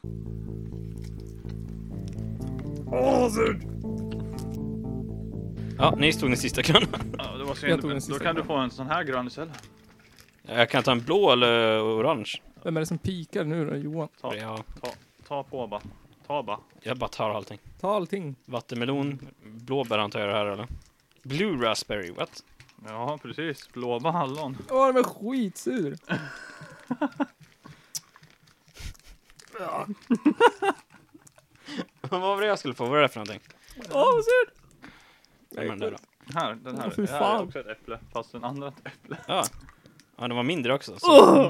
Ja, ni stod den sista gröna. Ja, det var Jag synd. tog den Då sista kan du gröna. få en sån här grön istället. Jag kan ta en blå eller orange. Vem är det som pikar nu då, Johan? Ja, Ta på bara. Ta bara. jag bara tar allting. Ta allting. Vattenmelon, blåbär antar jag det här eller? Blue raspberry, what? Ja, precis. Blåba hallon. Åh, den var skitsur. Vad var det jag skulle få? Vad är det för någonting? Åh, vad surt. Vem är den där då? Här, den här. Åh, fy Det här är fan. också ett äpple. Fast en andra ett äpple. Ja, den var mindre också. Så.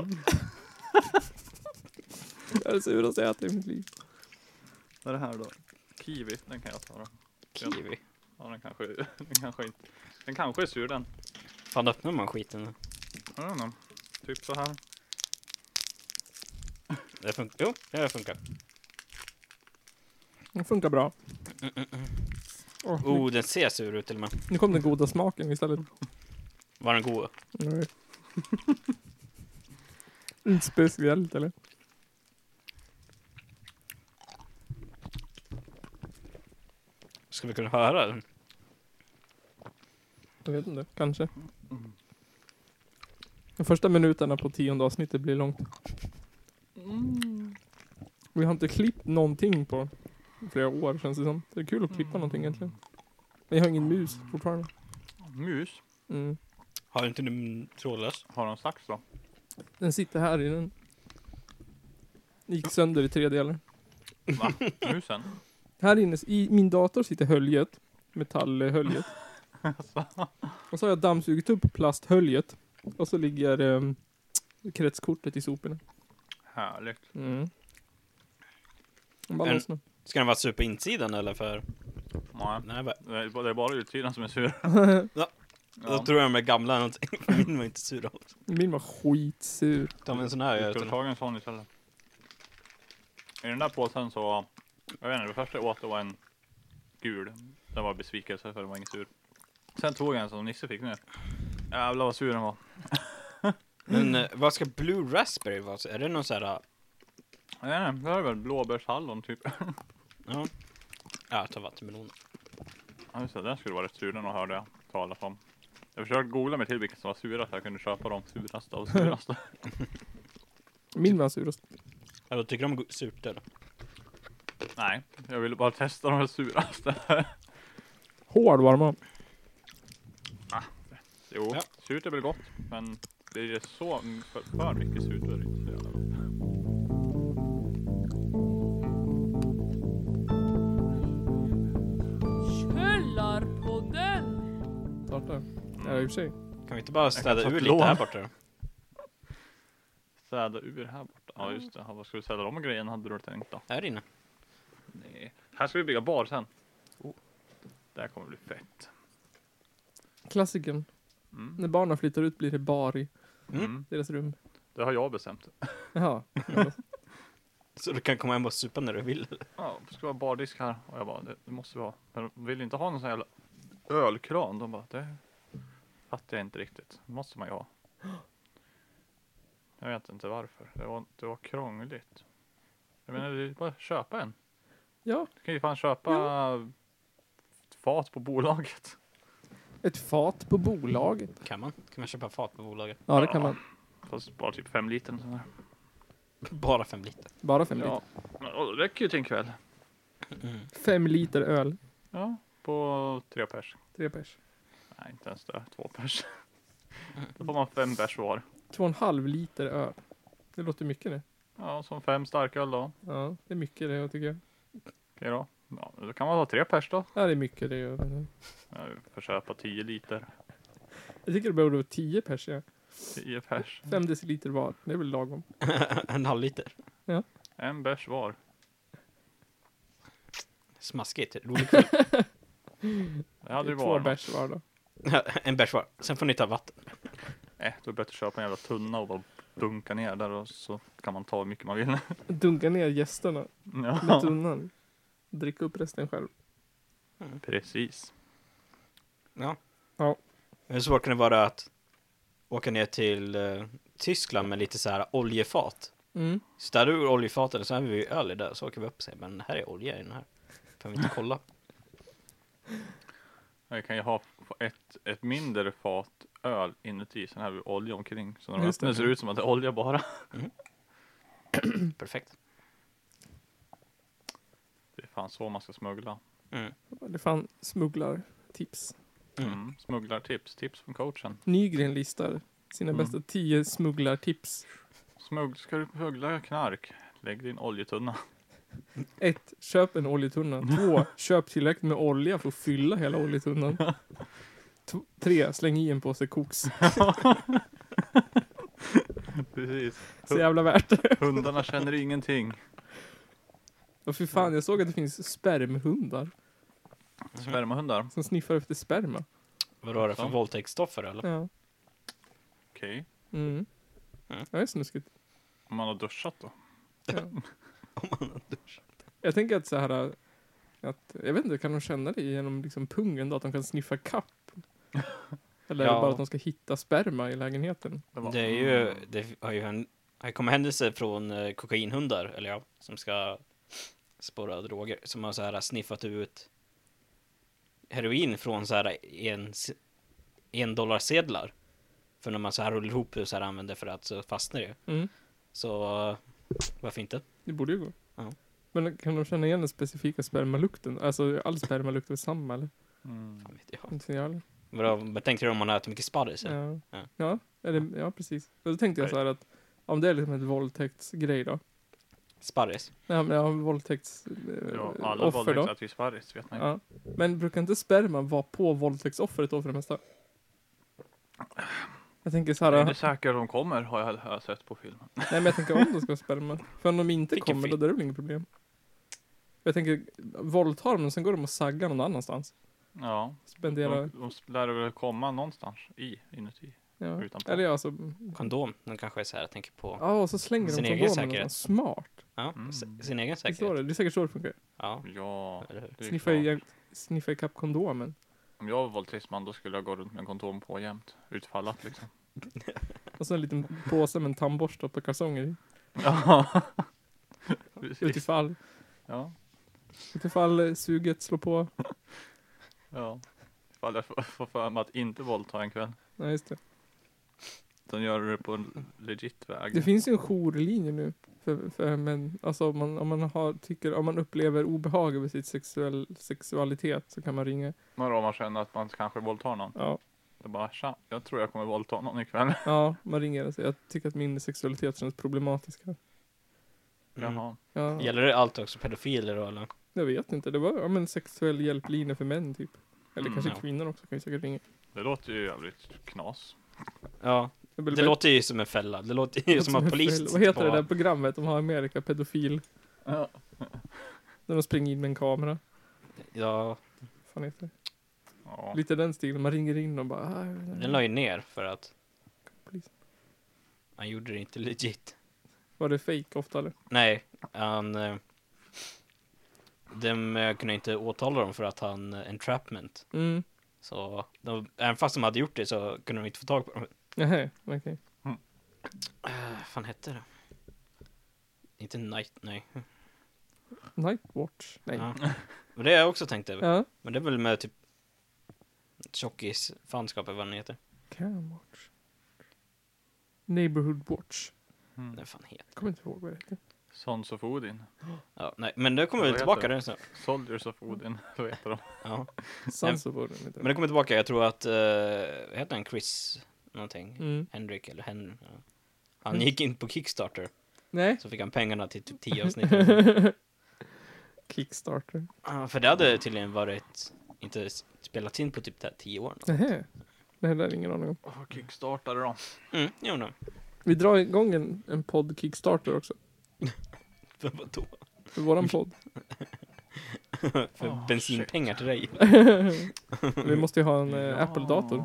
Det är det suraste jag ätit i mitt liv. Vad är det här då? Kiwi, den kan jag ta då. Kiwi. Ja, den kanske inte. Den kanske är sur den. Fan, öppnar man skiten? Jag vet inte. Typ så här. Det funkar. Jo, det funkar. Det funkar bra. Åh, Den ser sur ut till och med. nu kom den goda smaken istället. Var den god? Nej. Inte speciellt, eller? Ska vi kunna höra den? Jag vet inte, kanske. De första minuterna på 10:e avsnittet blir långt. Vi har inte klippt någonting på flera år, känns det som. Det är kul att klippa någonting egentligen. Men jag har ingen mus fortfarande. Mus. Mm. Har inte du trådlös? Har de sax då? Den sitter här i den. Gick sönder i 3 delar. Va? Musen? Här inne i min dator sitter höljet. Metallhöljet. Och så har jag dammsugit upp plasthöljet. Och så ligger kretskortet i soporna. Härligt. Mm. Bara En- lossna. Ska den vara sur på insidan eller för? Nej. Nej, bara. Det är bara utsidan som är sur. Då tror jag de är gamla eller någonting. Min var inte sur alls. Min var skitsur. Ta med en sån här. Jag Jag skulle ta en sån istället. I den där påsen så, jag vet inte, det första jag åt det var en gul. Den var besvikelse för det var ingen sur. Sen tog jag en som Nisse fick nu. Jävlar vad sur den var. Men vad ska Blue Raspberry vara? Är det någon sån här... Jag vet inte, det är väl blåbärshallon typ. Ja. Ja, ta vattenmelon. Ja just det, den skulle vara rätt sur, den hörde jag talas om. Jag försökte googla mig till vilka som var sura så jag kunde köpa de suraste av suraste. Min var surast. Ja, då tycker de surt eller? Nej, jag ville bara testa de suraste. Hård var man. Jo, Ja. surt är väl gott, men det är så för mycket surt är det inte så jävla gott. Källarpodden! Starta. Ja, i och för sig. Kan vi inte bara städa ta ur ett lite lån. här borta då? Städa ur här borta. Ja just det, vad ska vi städa de grejerna hade du tänkt då? Här inne. Nej. Här ska vi bygga bar sen. Oh. Det här kommer bli fett. Klassiken. När barnen flyttar ut blir det bar i deras rum. Det har jag bestämt. Jaha. Så du kan komma hem och supa när du vill. Ja, det ska vara bardisk här. Och jag bara, det måste vi ha. Men de vill inte ha någon sån jävla ölkran. De bara, det fattar jag inte riktigt. Det måste man ju ha. Jag vet inte varför. Det var krångligt. Jag menar, det är bara att köpa en. Ja, Du kan ju fan köpa ett fat på bolaget. ett fat på bolaget. Kan man köpa fat på bolaget? Ja, det kan man. Fast bara typ 5 liter. Sån där. Bara 5 liter. Bara 5 liter. Ja, och det räcker ju till en kväll. 5 liter öl. Ja, på 3 pers. 3 pers. Nej, inte ens det. 2 pers. Då får man 5 pers var. 2,5 liter öl. Det låter mycket det. Ja, som 5 starköl då. Ja, det är mycket det, jag tycker. Okej då. Ja, då kan man ha 3 pers då. Ja, det är mycket det. Ja, vi får köpa 10 liter. Jag tycker det borde vara 10 pers, ja. 10 pers. 5 deciliter var. Det är väl lagom. En halv liter. En bärs var. Smaskigt. Roligt kväll. Det hade ju 2 varit. bärs var då. En bärs var. Sen får ni ta vatten. Då är det bättre att köpa en jävla tunna och bara dunka ner där och så kan man ta hur mycket man vill. Dunka ner gästerna med Ja, tunnan. Dricka upp resten själv. precis. Ja. Ja. Hur svårt kan det vara att åka ner till Tyskland med lite så här oljefat? Städar ur oljefatet och sen har vi öl i där. Så åker vi upp och säger, men här är olja i den här. Kan vi inte kolla? Jag kan ju ha ett mindre fat öl inuti. Sen har vi olja omkring. Så när de Just det. öppnar ser det ut som att det är olja bara. Perfekt. Det är fan så man ska smuggla. Det fan smugglartips. Smugglartips. Tips från coachen. Nygren listar sina bästa 10 smugglartips. Ska du smuggla knark? Lägg din oljetunna. 1. Köp en oljetunna. 2. Köp tillräckligt med olja för att fylla hela oljetunnan. 3. Släng i en påse koks. Precis. Så jävla värt det. Hundarna känner ingenting. Och för fan, jag såg att det finns spermhundar Spermahundar. som sniffar efter sperma. Vad är det för Ja. våldtäktsstoffer eller? Ja. Okej. Mm. Mm. Det är snuskigt. Om man har duschat då. Ja. Om man har duschat. Jag tänker att så här, att, jag vet inte, kan de känna det genom liksom pungen då, att de kan sniffa kapp? Eller är det Ja. bara att de ska hitta sperma i lägenheten? Det är ju, det har ju kommit händelser från kokainhundar, eller ja, som ska spåra droger, som har så här sniffat ut heroin från så här $1 för när man så här rullar ihop och så här använder för att så fastnar det. Mm. Så varför inte? Det borde ju gå. Ja. Men kan de känna igen den specifika spermalukten? Alltså all spermalukt är samma eller? Fan vet jag. Inte så jävla. Vad tänkte du om man äter mycket sparris? Ja. Ja. Ja. Ja, precis. Och då tänkte jag så här att om det är liksom ett våldtäktsgrej då. Sparris? Ja, men ja, våldtäkts alla offer då. våldtäkts att vi sparris vet man ju. Ja. Men brukar inte sperma vara på våldtäktsoffret då för det mesta? Jag tänker så Jag är här. inte säker de kommer har jag sett på filmen. Nej, men jag tänker om de ska ha sperma. För om de inte Vilken kommer, film? då är det väl inget problem. Jag tänker, våldtar de och sen går de och saggar någon annanstans. Ja. Spendera, De lär väl komma någonstans inuti. ja. utanpå. Eller ja, alltså, Kondom? Den kanske är så här, jag tänker på ja, och så slänger de Sin egen kondomen säkerhet. någonstans. Smart. ja, Mm. sin egen Det är så säkerhet. det är säkert så det funkar. Ja, Ja. eller hur? Det är Sniffa, klart. sniffa ikapp kondomen. Om jag var våldtäktsman då skulle jag gå runt med en kondom på jämt. Utfall att liksom. Och så en liten påse med en tandborste på kalsonger i. Ja. Precis. Utifall Ja. suget slår på. Ja. Ifall jag får för mig att inte våldta en kväll. Nej, just det. Utan gör det på en legit väg. Det finns ju en jourlinje nu för män. Alltså om man upplever obehag över sitt sexualitet så kan man ringa. Men om man känner att man kanske våldtar någon. Ja, Det är bara, tja, jag tror jag kommer våldta någon ikväll. ja, man ringer och säger jag tycker att min sexualitet känns problematisk här. Jaha. Ja, Gäller det allt också pedofiler då, eller? jag vet inte. Det var en sexuell hjälplinje för män typ. Eller kanske ja. kvinnor också kan ju säkert ringa. Det låter ju jävligt knas. Ja, Det, blir det väl- låter ju som en fälla. Det låter ju som att polis Vad heter det där programmet de har i Amerika? Pedofil. Ja. När de springer in med en kamera. Ja, Vad fan heter det? Ja. Lite den stilen. Man ringer in och bara... den la ju ner för att Polisen. han gjorde det inte legit. Var det fake ofta eller? Nej, de kunde inte åtala dem för att han entrapment. Mm. Så även fast de hade gjort det så kunde de inte få tag på dem. Nähä, okej. Fan hette det? Inte nej. Nightwatch? Nej. Ja. Men det har jag också tänkt över. Ja. Men det är väl med typ tjockis-fanskap eller vad den heter. Camwatch. Neighborhood Watch. Mm. Det fan heter. Jag kommer inte ihåg vad det heter. Sons of Odin. Ja, nej, men det kommer väl Vad tillbaka heter det så. Soldiers of Odin. Vad heter de? Ja. Sons of Odin heter Men det. det kommer tillbaka, jag tror att heter han Chris någonting? Mm. Henrik eller Henry. Ja. Han gick in på Kickstarter Nej. så fick han pengarna till typ 10 avsnitt. Kickstarter. Ja, för det hade tydligen varit inte spelats in på typ 10 år. Nähä. Det här är ingen aning om. Kickstartade de. Jo då. Vi drar igång en podd Kickstarter också. För vadå? För våran podd. För bensinpengar till dig. Vi måste ju ha en Apple-dator.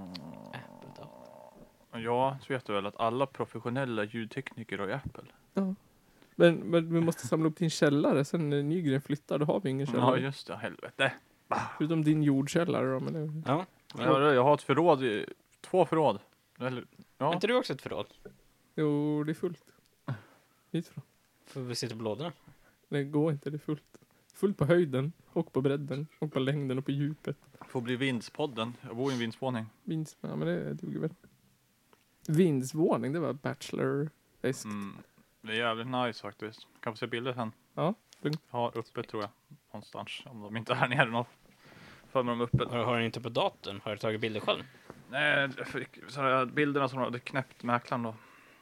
Ja, så vet du väl att alla professionella ljudtekniker har ju Apple. Ja. Men vi måste samla upp din källare. Sen när Nygren flyttar, då har vi ingen Ja, källare. just det. Helvete. Förutom din jordkällare då. Men det... Ja. Jag har ett förråd, 2 förråd. Eller, Har ja. inte du också ett förråd? Jo, det är fullt. Hitifrån. Får vi sitta på lådorna? Det går inte, det är fullt. Fullt på höjden, och på bredden, och på längden och på djupet. Får bli vindspodden. Jag bor i en vindsvåning. Ja men det duger väl. Vindsvåning, det var bachelor-eskt. Det är jävligt nice faktiskt. Kan få se bilder sen. Ja, lugnt. Har uppe tror jag. Någonstans. Om de inte är här nere någon. För med dem uppe. Har du inte på datorn? Har du tagit bilder själv? Nej, jag fick så här, bilderna som hade knäppt mäklaren då.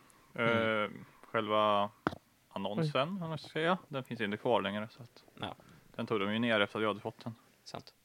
Själva annonsen, om jag ska säga. Den finns inte kvar längre. Så att Ja. den tog de ju ner efter att jag hade fått den. Sant.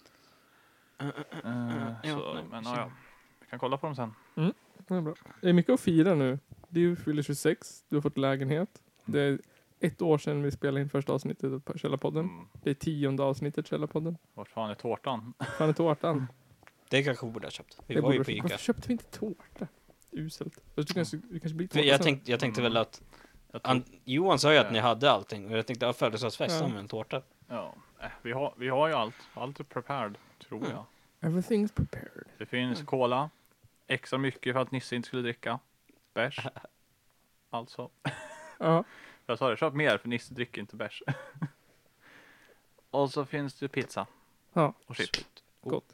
Men ja, vi kan kolla på dem sen. Det är bra. Det är mycket att fira nu. Du fyller 26, du har fått lägenhet. Det är 1 år sedan vi spelade in första avsnittet på Källarpodden. Det är 10:e avsnittet Källarpodden. Vart fan är tårtan? Fan är tårtan. Det kanske vi borde ha köpt. Vi Det var ju borde- på Ica. Varför köpte vi inte tårta? Uselt. Fast du kanske blir För tårta sen. jag tänkte väl att Jag tror, Johan sa ju att ni hade allting. Och jag tänkte att födelsedagsfest Ja. med en tårta. ja, vi har ju allt. Allt är prepared, tror jag. Everything's prepared. Det finns cola. Extra mycket för att Nisse inte skulle dricka. Bärs. Alltså. Ja. Jag sa det, köp mer för Nisse dricker inte bärs. Och så finns det pizza. Ja. Och chips. Gott.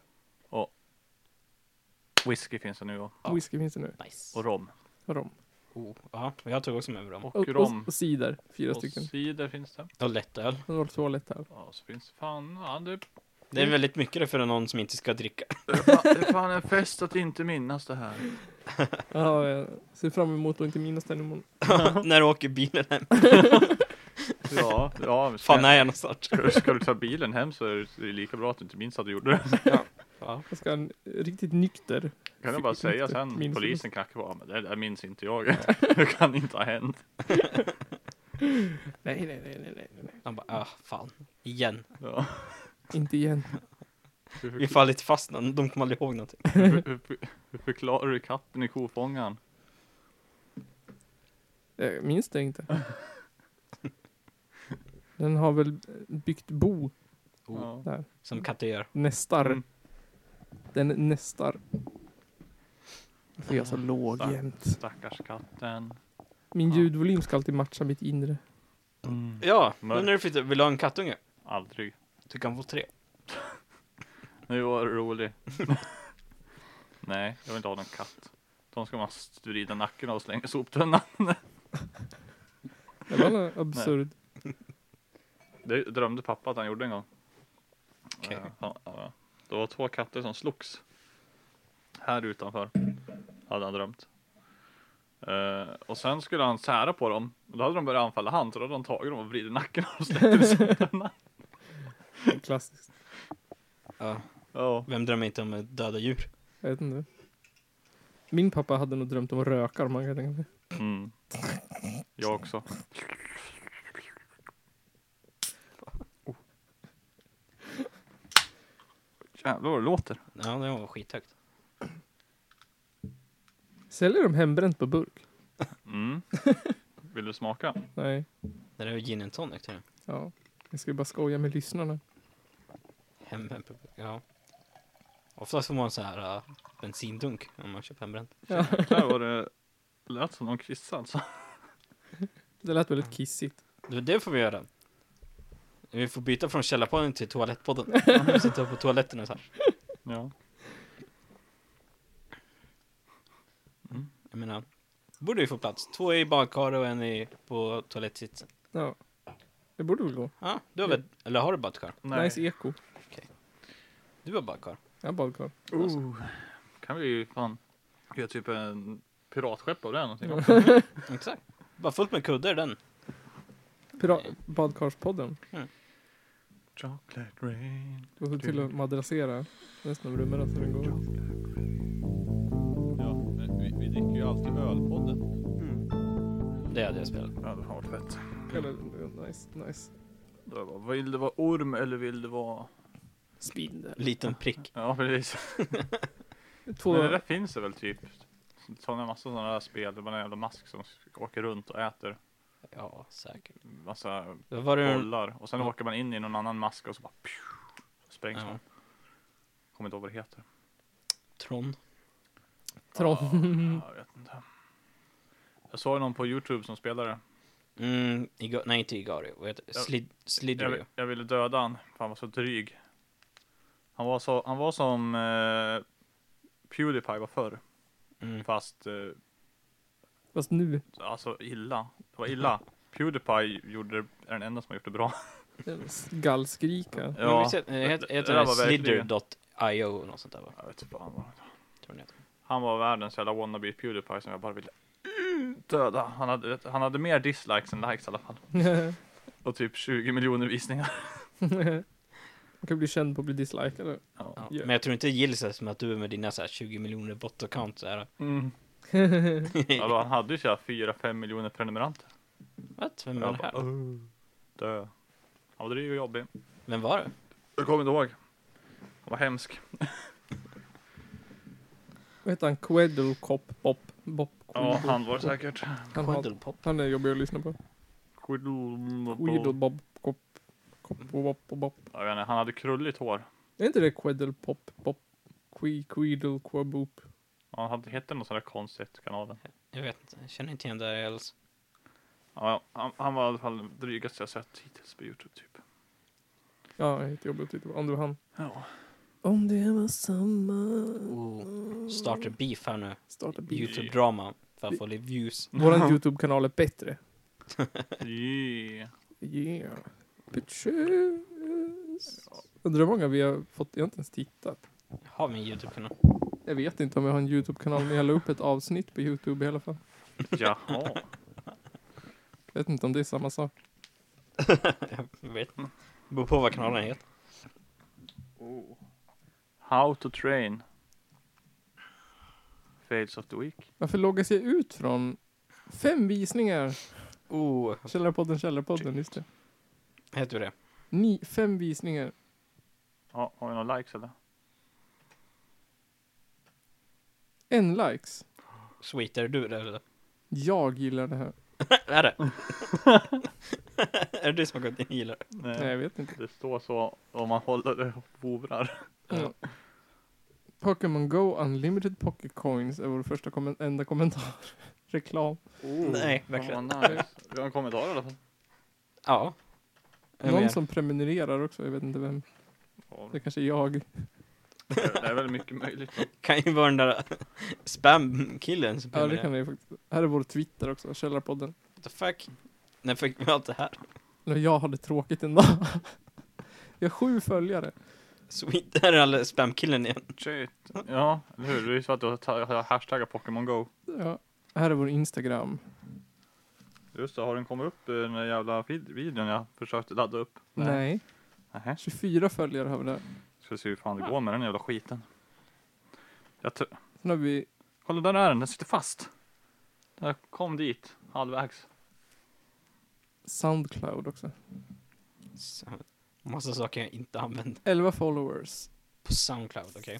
Whisky finns det nu och, Ja. Whisky finns det nu. Nice. och rom. Och rom. Ja, jag tog också med rom. Och rom. Och cider. 4 Och stycken. cider finns det. Och lättöl. Och några toaletter. Ja, så finns det fan. Ja, Det är väldigt mycket det för någon som inte ska dricka. det är fan en fest att inte minnas det här. Ja, jag ser fram emot att inte minnas den imorgon. När du åker bilen hem. Ja, Fan är jag någonstans? Ska du ta bilen hem så är det lika bra att du inte minns att du gjorde det. Ja. Jag ska ha en riktigt nykter. Kan jag bara säga sen, Minns du polisen knackar på, men det där minns inte jag. Det kan inte ha hänt. Nej. Han bara, fan. Igen. Ja. Inte igen. Vi faller lite fast någon. De kommer aldrig ihåg någonting. Hur förklarar du katten i kofångaren? Jag minns det inte. Den har väl byggt bo Ja. där. Som katter gör. Nästar. Mm. Den nästar. För jag är så låg Stack- jämt. Stackars katten. Min ljudvolym ska alltid matcha mitt inre. Ja, Mörk. nu när du flyttar, vill du ha en kattunge? Aldrig. Du kan få 3. Nu var det roligt. Nej, jag vill inte ha någon katt. De ska man vrida nacken av och slänga i soptunnan. Det var något absurd. Det drömde pappa att han gjorde en gång. Okej. Ja. Det var 2 katter som slogs. Här utanför. Hade han drömt. Och sen skulle han sära på dem. Och då hade de börjat anfalla han. Så då hade de tagit dem och vridit nacken av och släppt i soptunnan. Klassiskt. Ja. Ja. Vem drömmer inte om döda djur? Jag vet inte. Min pappa hade nog drömt om att röka, om man kan tänka sig. Mm. Jag också. Jävlar vad det låter. Ja, det var skithögt. Säljer de hembränt på burk? Mm. Vill du smaka? Nej. Det där är gin and tonic till Ja. Jag ska ju bara skoja med lyssnarna. Ja. Oftast får man så här bensindunk om man köper hembränt. Där var det lät som någon kissa alltså. Det lät väldigt kissigt. Det får vi göra. Vi får byta från källarpodden till toalettpodden. Vi sitter på toaletten och så här. Ja. Jag menar, borde vi få plats. 2 i badkaret och en på toalettsitsen. Ja. Det borde väl gå. Ja, du har väl, eller har du badkar? Nej. Nice eko. Du har badkar. Jag har badkar. Kan vi ju fan göra typ en piratskepp av det eller någonting. Exakt. Bara fullt med kuddar den. Badkarspodden. Chocolate rain. Du får till att madrassera resten av rummet så den går. Ja, vi dricker ju alltid ölpodden. Det hade jag spelat. Ja, det har varit fett. Eller, nice. Då var, vill det vara orm eller vill det vara... Spindel. Liten prick. Ja, precis. Två... Men det där finns det väl typ. Sådana massa sådana där spel. Det var en jävla mask som åker runt och äter Ja, säkert. massa Då var det bollar. Och sen åker man in i någon annan mask och så bara så sprängs Ja. man. Kommer inte ihåg vad det heter. Tron. Tron. Ja, jag vet inte. Jag såg någon på YouTube som spelade. Nej, inte Igari. Vad heter det? Slidrio. Jag ville döda han, för han var så dryg. Han var som Pewdiepie var förr. Fast nu. alltså illa. Det var illa. Pewdiepie är den enda som har gjort det bra. Gallskrika. Ja. Heter det Slither.io och något sånt där, va? Jag vet inte fan vad. Tror ni det? Han var världens jävla wannabe Pewdiepie som jag bara ville döda. Han hade mer dislikes än likes i alla fall. Och typ 20 miljoner visningar. Man kan bli känd på att bli dislikad. Ja. Yeah. Men jag tror inte det gills som att du med dina så här 20 miljoner bot-account så här. Alltså, han hade ju så här 4-5 miljoner prenumeranter. Vad? Vem är det här? Dö. Han var dryg och jobbig. Vem var det? Jag kommer inte ihåg. Han var hemsk. Vad heter han? Quaddle Cop Bop. Ja, han var säkert. Han är jobbig att lyssna på. Quaddle Bob Cop Bop Bop. Jag vet inte, han hade krulligt hår. Är inte det Quaddle Pop Bop? Quaddle Quaboop. Ja, han hette något sådär konstigt kanalen. Jag vet inte, jag känner inte igen det alls. Ja, han var i alla fall den drygaste jag sett hittills på YouTube typ. Ja, det är jobbigt att titta på. Om det var han. Ja. Om det var samma. Starter beef här nu. Starta beef. YouTube-drama för att få lite views. Våran YouTube-kanal är bättre. Yeah. Yeah. Bitches. Undrar hur många vi har fått. Jag har inte ens tittat. Har vi en YouTube-kanal? Jag vet inte om jag har en YouTube-kanal, men jag la upp ett avsnitt på YouTube i alla fall. Jaha. Jag vet inte om det är samma sak. Jag vet inte. Beror på vad kanalen heter. How to train. Fails of the week. Varför loggas jag ut från 5 visningar? Källarpodden, just det. Heter det? 5 visningar. Ja, har vi några likes eller? 1 likes. Sweet, är du det eller? Jag gillar det här. Är det? Är det du som har gått in och gillar? Nej, jag vet inte. Det står så om man håller det och vovrar. Ja. Pokémon Go Unlimited Pocket Coins är vår första enda kommentar. Reklam. Nej, verkligen. Nice. Vi har en kommentar i alla fall. Ja. Någon som prenumererar också, jag vet inte vem. Det kanske är jag. Det är väl mycket möjligt. Kan ju vara den där spam-killen som Ja, det kan det ju faktiskt. Här är vår Twitter också, Källarpodden. What the fuck? När fick vi allt det här? Eller jag hade tråkigt en dag. Jag har 7 följare. Sweet, här är alla spam-killen igen. Shit. Ja, eller hur? Det är ju så att du har hashtaggat Pokémon Go. Ja, här är vår Instagram. Just det, har den kommit upp den där jävla videon jag försökte ladda upp? Nej. 24 följare har vi där. Ska se hur fan det går med den jävla skiten. Sen har vi... Kolla, där är den sitter fast. Jag kom dit, halvvägs. Soundcloud också. Så, massa saker jag inte använder 11 followers. på Soundcloud, okej.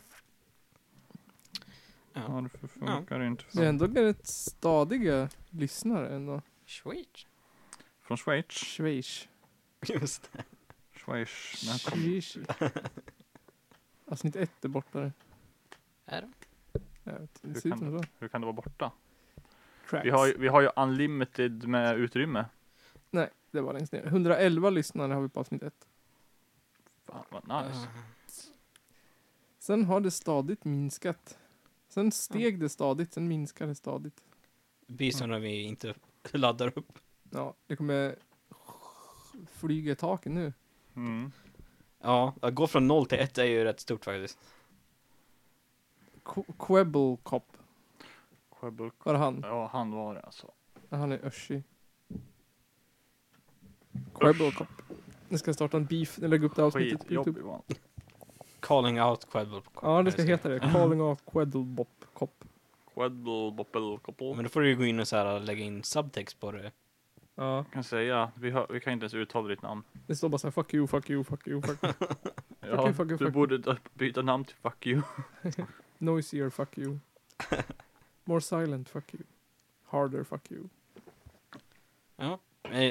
Ja, det funkar inte. Det är ändå rätt stadiga lyssnare ändå. Schweiz. Från Schweiz. Schweiz. Just det. Schweiz. Schweiz. Avsnitt 1 är borta där. Är det? Jag vet, det ser ut som så. Hur kan det vara borta? Tracks. Vi har ju unlimited med utrymme. Nej, det var längst ner. 111 lyssnare har vi på avsnitt 1. Fan vad nice. Sen har det stadigt minskat. Sen steg det stadigt, sen minskade det stadigt. Bison när vi inte laddar upp. Ja, det kommer flyga i taken nu. Mm. Ja, att gå från 0 till 1 är ju rätt stort faktiskt. Quebble Cop. Quebble. Var det han? Ja, han var det alltså. Ja, han är Öshi. Quebble Cop. Nu ska jag starta en beef. Jag lägger upp det avsnittet på YouTube. Skitjobbig var han. Calling out Quebble. Ja, det ska heta det. Calling out Quebble Bop Cop. Quebble, boppel, koppel. Men då får du ju gå in och så här, lägga in subtext på det. Ja, Jag kan säga, vi kan inte ens uttala ditt namn. det står bara så här, fuck you, fuck you, fuck you, fuck you. Ja, fuck you. du borde byta namn till fuck you. Noisier, fuck you. More silent, fuck you. Harder, fuck you. Ja.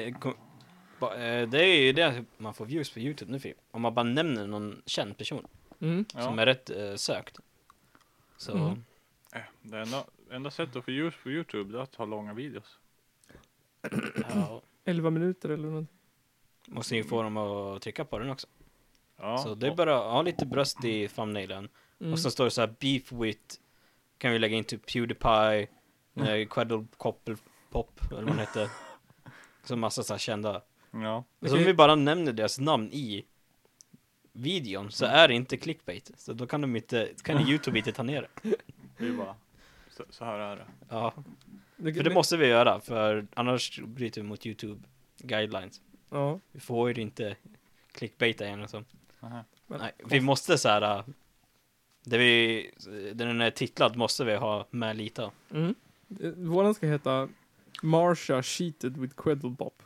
Det är ju det man får views på YouTube nu för. Om man bara nämner någon känd person som är rätt sökt. Så... Det enda sättet att få views på YouTube är att ha långa videos. Ja, 11 minuter eller något. Måste ju få dem att trycka på den också. Ja. Så det är bara ha lite bröst i thumbnailen. Och så står det så här beef with, kan vi lägga in typ PewDiePie, Quaddle Pop eller vad det heter. Så massa så här kända. Ja. Så om vi bara nämner deras namn i videon så är det inte clickbait. Så då kan YouTube inte ta ner det. Det är bara så här är det. Ja. För det måste vi göra, för annars bryter vi mot YouTube guidelines. Ja. Vi får ju inte clickbaita igen och så. Aha. Nej, vi måste så här. Den är titlad måste vi ha med lite. Våran ska heta Marsha cheated with Quaddle Pop.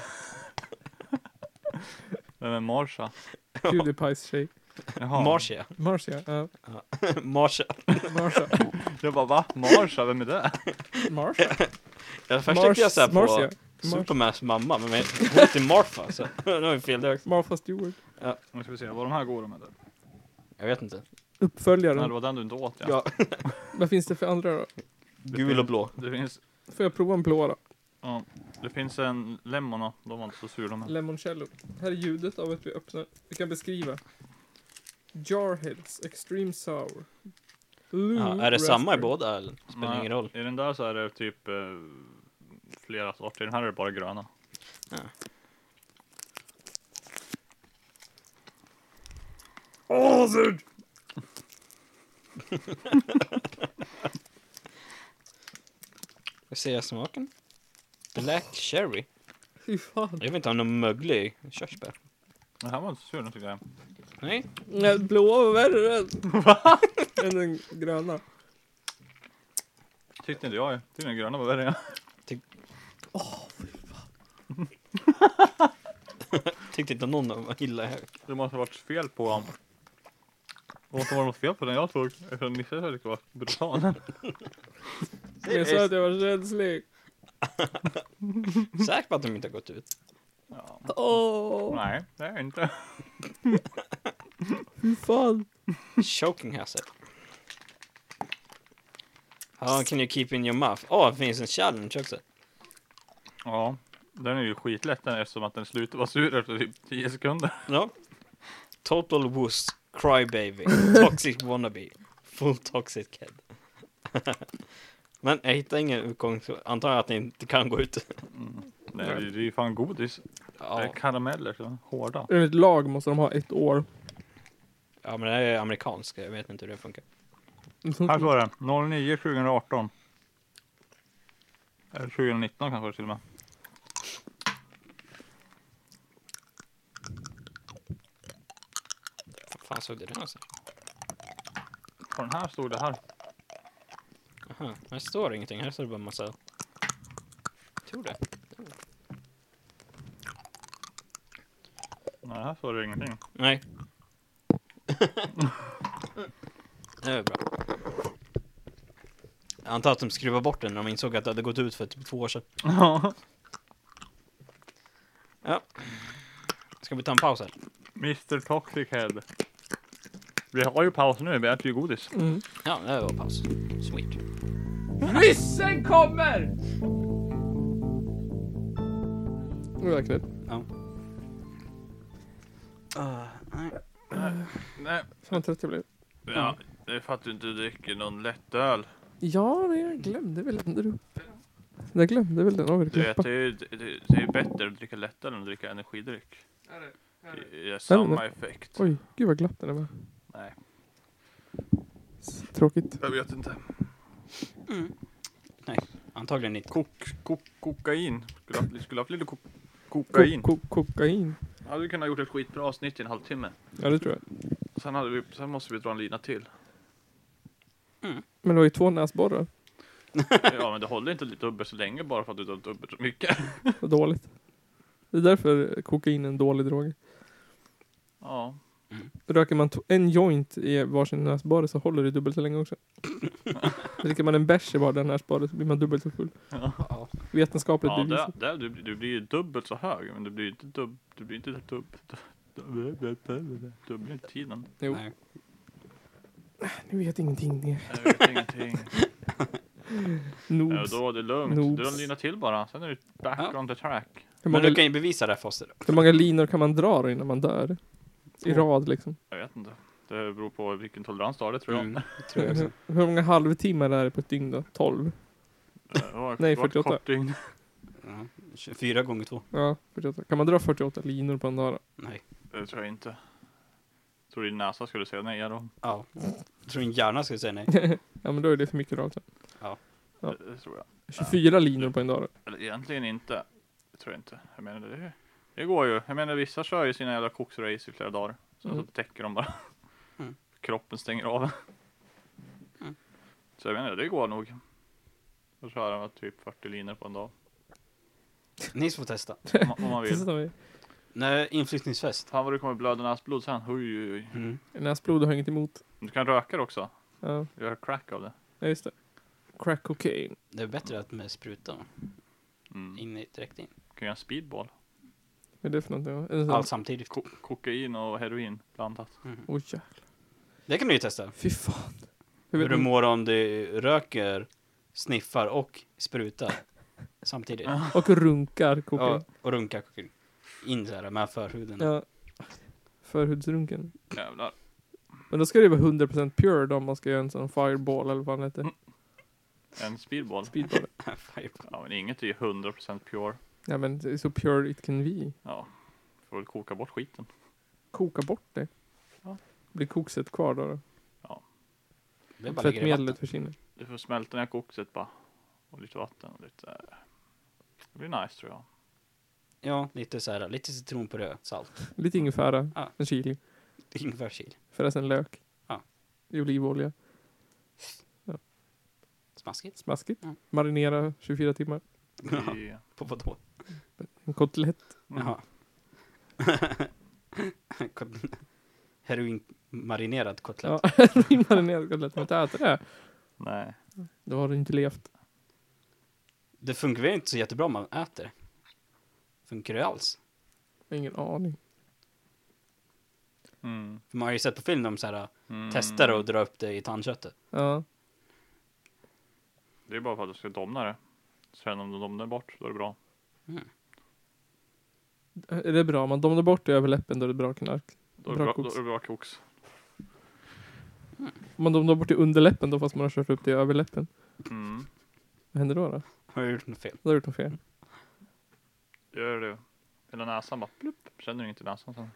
Vem är Marsha? PewDiePies tjej. Jaha. Marcia. Marsha, ja. Marcia. Marsha. Jag bara, va? Marsha? Vem är det? Marsha. Först tänkte jag såhär Marcia. på Supermans mamma, men hon heter Martha, så nu har vi fel där också. Martha Stewart. Nu ska vi se, vad de här går de eller? Jag vet inte. Uppföljaren. Nej, det var den du inte åt, Ja. Vad finns det för andra då? Gul och blå. Det finns, Får jag prova en blå då? ja, det finns en lemon, och de var inte så sura med. Lemoncello. Här är ljudet av att vi öppnar. Vi kan beskriva. Jarheads, Extreme Sour. Ja, är det samma i båda eller? Spelar Nej, ingen roll. I den där så är det typ flera sorter. I den här är det bara gröna. Ja. Awesome! Vad säger jag smaken? Black cherry. Fy fan. Jag vet inte om någon möglig körsbär. Den här var inte sur, tycker jag. Nej. Nej, blåa var värre än den gröna. Tyckte inte jag. Tyckte den gröna var värre. Tyckte inte någon av dem var illa här. Det måste ha varit fel på dem. Det måste vara något fel på den jag tog. Eftersom Nisse sa att det var brutal. Jag sa att jag var känslig. Säker på att de inte har gått ut. Ja. Nej, det är jag inte. Fy fan. Choking hazard. How can you keep in your mouth? Det finns en challenge också. Ja, den är ju skitlätt den eftersom att den slutar vara sur efter typ 10 sekunder. Ja. Total wuss, crybaby, toxic wannabe, full toxic kid. Men jag hittar ingen utgång, så antar jag att det inte kan gå ut. Nej, det är ju fan godis. Det är Ja, karameller så hårda. Enligt lag måste de ha 1 år. ja men det är amerikansk, jag vet inte hur det funkar. Här står det 09 2018. Eller 2019 kanske till och med. Vad fan såg det alltså? På den här stod det här. Aha, här står ingenting, här står det bara en massa. Jag tror det. Nej, här står det ingenting. Nej. Det är bra. Jag antar att de skruvar bort den när de insåg att det hade gått ut för typ 2 år sedan. Ja. Ska vi ta en paus här? Mr. Toxic Head. Vi har ju paus nu, vi äter ju godis. Ja, det var paus. Sweet. Ryssen kommer! Verkligen. Ja. Nej. Fan trött jag blev. Ja, det är för att du inte dricker någon lättöl. Ja, men jag glömde väl ändå. Jag glömde väl den. Du vet, det är bättre att dricka lättöl än att dricka energidryck. Det ger samma effekt. Oj, gud vad glatt den är med. Nej, Tråkigt. jag vet inte. Nej, antagligen inte. Kokain. Skulle haft lite kokain. Kokain. Hade vi kunnat gjort ett skitbra avsnitt i en halvtimme. Ja, det tror jag. Sen måste vi dra en lina till. Men det var ju 2 näsborrar. Ja, men det håller inte dubbelt så länge bara för att du tar dubbelt så mycket. Vad dåligt. Det är därför kokain är en dålig drog. Ja. Röker man en joint i varsin näsborre så håller det dubbelt så länge också. Dricker man en bärs i var den näsborre så blir man dubbelt så full. Ja. Vetenskapligt bevisat. Du blir ju dubbelt så hög, men du blir inte dubbel inte tiden. Jo. Nej. Ni vet ingenting. Jag vet ingenting. Ja, Noobs. då är det lugnt. Noobs. Du har en lina till bara. Sen är du back Ja. on the track. Hur Men många, du kan ju bevisa det här Foster. hur många linor kan man dra då innan man dör? I rad liksom. Jag vet inte. Det beror på vilken tolerans du har, det tror jag. Det tror jag också. Hur många halvtimmar är det på ett dygn då? 12? Nej, 48. Kort dygn. Ja, 24 gånger 2. Ja, 48. Kan man dra 48 linor på en dag då? Nej. Det tror jag inte. Jag tror din näsa skulle säga nej då. Ja. Jag tror din hjärna skulle säga nej. Ja, men då är det för mycket då alltså. Ja. Ja. Det tror jag. 24 linor på en dag då? Eller egentligen inte. Det tror jag inte. Jag menar det går ju. Jag menar vissa kör ju sina jävla koksrace i flera dagar. Så täcker de bara. Mm. Kroppen stänger av. Mm. Så jag menar det går nog. Då kör de typ 40 linor på en dag. Ni får testa. Om man vill. Testar vi. Nej, inflyttningsfest. Fan vad du kommer blöda näsblod sen. Oj, oj. Mm. Näsblod har jag inget emot. Du kan röka det också. Ja, Göra crack av det. ja just det. Crack cocaine. Det är bättre att med spruta Mm. direkt in. Kan göra en speedball. Vad är det för någonting? Är det så? Allt samtidigt. Kokain och heroin blandat. Oj jävlar. Det kan du ju testa. Fy fan. Hur du mår om du röker, sniffar och sprutar samtidigt. Och runkar kokain. Ja, och runkar kokain. In så här med förhuden. Ja. Förhudsrunken. Jävlar. Men då ska det vara 100% pure då om man ska göra en sån fireball eller vad den heter. En speedball. Speedball. Ja, men inget är ju 100% pure. Ja men det är så pure it can be. Ja. Får väl koka bort skiten. Koka bort det. Ja. Blir kokset kvar då? Det är bara ligger i Fettmedlet vatten. försvinner. Du får smälta ner kokset bara. Och lite vatten och lite. Det blir nice tror jag. Ja, lite så här, lite citron på det, salt. Lite ingefära. Ja. En chili. Ingefärschili. Förresten lök. Ja. I olivolja. Smaskigt. Smaskigt. Ja. Marinera 24 timmar. Det- På vadå? En kotlett. Jaha. Heroin-marinerad kotlett. Ja, marinerad kotlett. Om man inte äter det, Nej. då har du inte levt. Det funkar väl inte så jättebra om man äter. Funkar det alls? Jag har ingen aning. Mm. För man har ju sett på film de så här, Mm. testar och drar upp det i tandköttet. Ja. Det är bara för att du ska domna det. Sen om du domnar bort, då är det bra. Mm. Är det bra? Om man domnar bort det över läppen, då är det bra knark. Då är det Bra bra, koks. då är det bra koks. Om man domnar bort det under läppen då, fast man har kört upp det över läppen. Mm. Vad händer då? Har jag gjort något fel? Då har du gjort något fel. Gör det. Hela näsan bara plupp. Känner du inte näsan sen?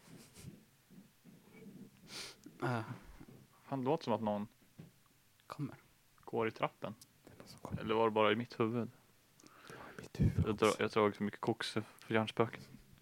Fan, det låter som att någon Kommer. går i trappen. Eller var det bara i mitt huvud? Mitt huvud. Jag tror också mycket koks för hjärnspöken.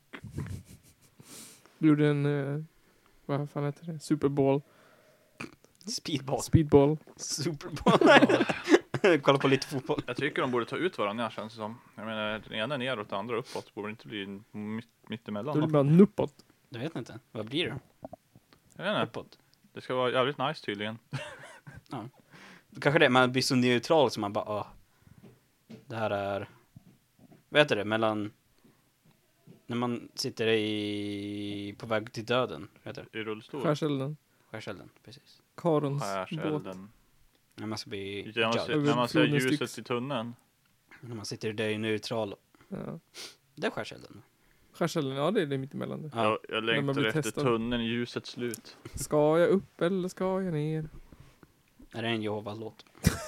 Du gjorde en, vad fan heter det? Superball. Speedball. Speedball. Superball. Kolla på lite fotboll. Jag tycker de borde ta ut varandra, känns det som. Jag menar, den ena är neråt, den andra uppåt. Borde det inte bli mittemellan Då är då? det bara nuppåt. Jag vet inte. Vad blir det? Jag vet inte. Uppåt. Det ska vara jävligt nice tydligen. Kanske det. Man blir så neutral som man bara, det här är... Vad heter det? Mellan... När man sitter på väg till döden. Vad heter det? I rullstol. Skärselden. Skärselden. Precis. Karons båt. Skärselden. När man ska bli När man ser Floden ljuset Styx. i tunneln. När man sitter där i neutral. Ja. Det är skärselden. Skärselden, ja det är det mittemellan. Ja. Jag När man längtar blir efter testad. tunneln i ljusets slut. Ska jag upp eller ska jag ner? Är det en Jehova-låt?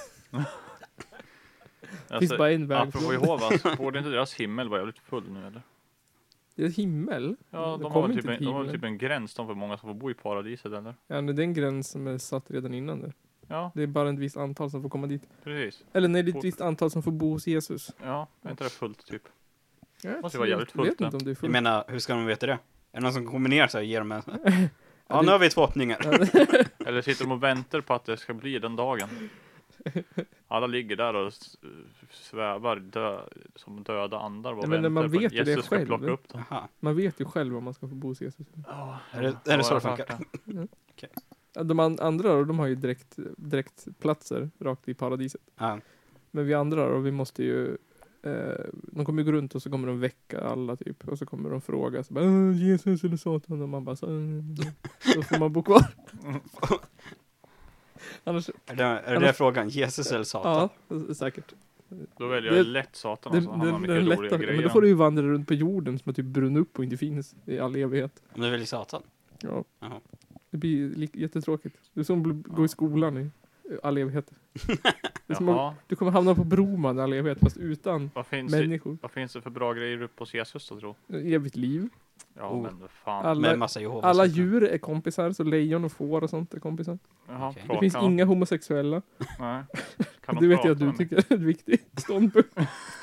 Finns bara en väg. Apropå Jehovas, borde inte deras himmel vara jävligt full nu eller? Det är himmel. Ja, Det de kommer har, inte typ en, till de har himlen. typ en gräns de för många som får bo i paradiset eller? Ja, men det är en gräns som är satt redan innan det. Ja, Det är bara ett visst antal som får komma dit. precis. Eller nej, det är ett visst antal som får bo hos Jesus. Ja, är inte det fullt typ? Jag Måste vara jävligt fullt, vet det. inte om det är Jag fullt. menar, hur ska de veta det? Är det någon som kombinerar sig och ger dem en... Ja, nu har vi 2 öppningar. Eller sitter de och väntar på att det ska bli den dagen? Alla ligger där och svävar som döda andar och Ja, men väntar man på att vet ju det Jesus ska själv. plocka upp dem. Jaha. Man vet ju själv om man ska få bo hos Jesus. Är det så det funkar? Ja, de andra då, de har ju direkt platser rakt i paradiset. Ja. Men vi andra då, vi måste ju de kommer ju gå runt och så kommer de väcka alla typ. Och så kommer de fråga så bara, Jesus eller Satan. Och man bara så, då får man bo kvar. Annars, Är det frågan? Jesus eller Satan? ja, säkert. Då väljer jag lätt satan alltså. Han har mycket roliga grejer. Men då får du ju vandra runt på jorden som har typ brunnit upp och inte finns i all evighet. Om du väljer satan? Ja. Jaha. Det blir jättetråkigt. Det är som att gå i skolan i all evighet. Det är som att du kommer hamna på Broman i all evighet fast utan människor. Vad finns det för bra grejer uppe hos Jesus då, tror? Evigt liv. Ja, men fan. Med massa Jehovas. Alla djur är kompisar, så lejon och får och sånt är kompisar. Jaha, okay. Det finns inga homosexuella. Nej. Kan det vet jag att du tycker är en viktig ståndpunkt.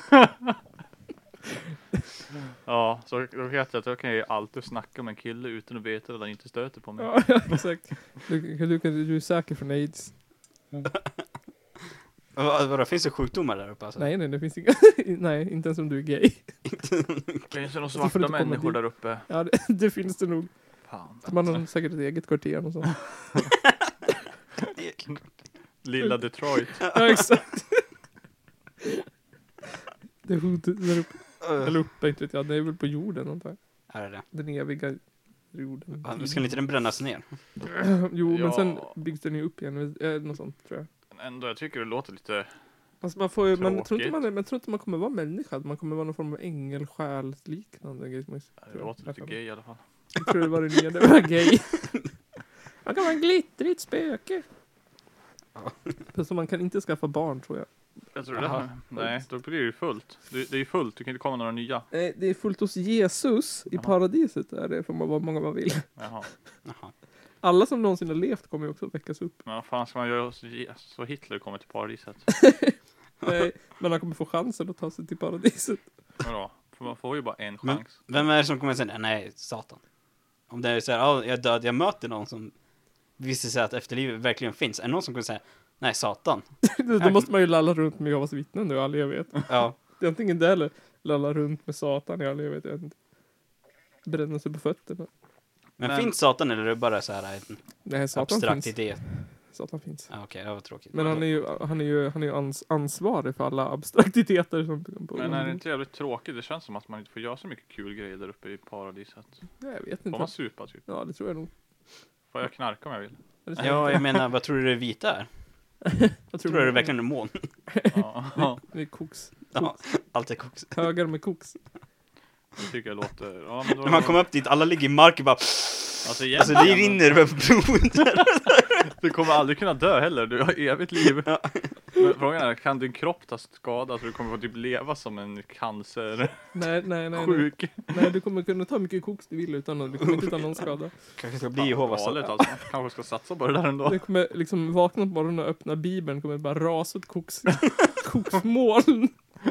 Ja, så då vet jag att jag kan ju alltid snacka med en kille utan att veta att han inte stöter på mig. Ja, exakt. Du är säker för AIDS. Vadå, finns det sjukdomar där uppe alltså? Nej, det finns inga. Nej, inte ens om du är gay. Finns det några svarta människor där uppe? Ja, det finns det nog. Fan. Man har säkert ett eget kvarter och så. Lilla Detroit. Ja, exakt. Det är hotet där uppe. Eller uppe, inte vet jag. Det är väl på jorden antar jag. Är det? Den eviga jorden. Ska inte den brännas ner? Jo, men sen byggs den ju upp igen. Något sånt, tror jag. Ändå, jag tycker det låter lite alltså man får ju, man tror inte man kommer vara människa. Man kommer vara någon form av ängelsjäl liknande grej. Det låter lite gay i alla fall. Jag tror det var det nya, det var gay. Man kan vara en glittrigt spöke. Så man kan inte skaffa barn, tror jag. Jag tror det. Nej, då blir det ju fullt. Det är ju fullt, du kan inte komma några nya. Nej, det är fullt hos Jesus i paradiset. Där det får man vara många man vill. Jaha. Alla som någonsin har levt kommer ju också väckas upp. Men vad fan ska man göra så Hitler kommer till paradiset? Nej, men han kommer få chansen att ta sig till paradiset. Ja, för man får ju bara en chans. Vem är det som kommer säga nej, satan? Om det är så här, jag är död, jag möter någon som visar sig att efterlivet verkligen finns. Är det någon som kommer säga nej, satan? Då måste man ju lalla runt med Jehovas vittnen nu, all evighet. Ja. Det är antingen det eller lalla runt med satan i all evighet. Jag vet inte. Bränna sig på fötterna. Men finns satan eller är det bara så här en abstrakt idé? Satan finns. Ja, okej, det var tråkigt. Men han är ju ansvarig för alla abstraktiteter som men är det inte jävligt tråkigt? Det känns som att man inte får göra så mycket kul grejer där uppe i paradiset. Jag vet inte. Får man supa typ? Ja, det tror jag nog. Får jag knarka om jag vill? Ja, jag menar, vad tror du det vita är? Jag tror det är verkligen en mån. Ja. Det är koks. Ja, allt är koks. Högar med koks. Jag tycker jag låter... Ja, men då... När man kommer upp dit, alla ligger i marken bara... Alltså det rinner över blodet. Du kommer aldrig kunna dö heller, du har evigt liv. Ja. Men frågan är, kan din kropp ta skada så du kommer få typ leva som en cancer? Nej. Sjuk. Nej, du kommer kunna ta mycket koks du vill utan att du kommer inte ta någon skada. Kanske ska bli Jehovas. Alltså. Kanske ska satsa på det där ändå. Du kommer liksom vakna på morgonen och öppna Bibeln, kommer bara rasa ett koksmoln.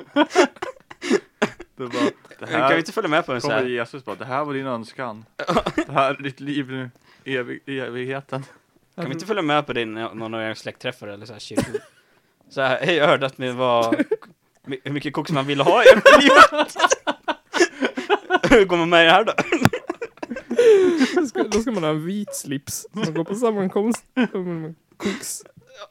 Det här, kan vi inte följa med på den så här? Kommer Jesus bara, det här var din önskan. Det här är ditt liv nu, evigheten. Kan vi inte följa med på din, någon av era släktträffar eller så här kyrkor? Så här, jag hörde att det var hur mycket koks man vill ha i livet. Hur går man med det här då? Då ska man ha en vit slips. Man går på sammankomst. Koks.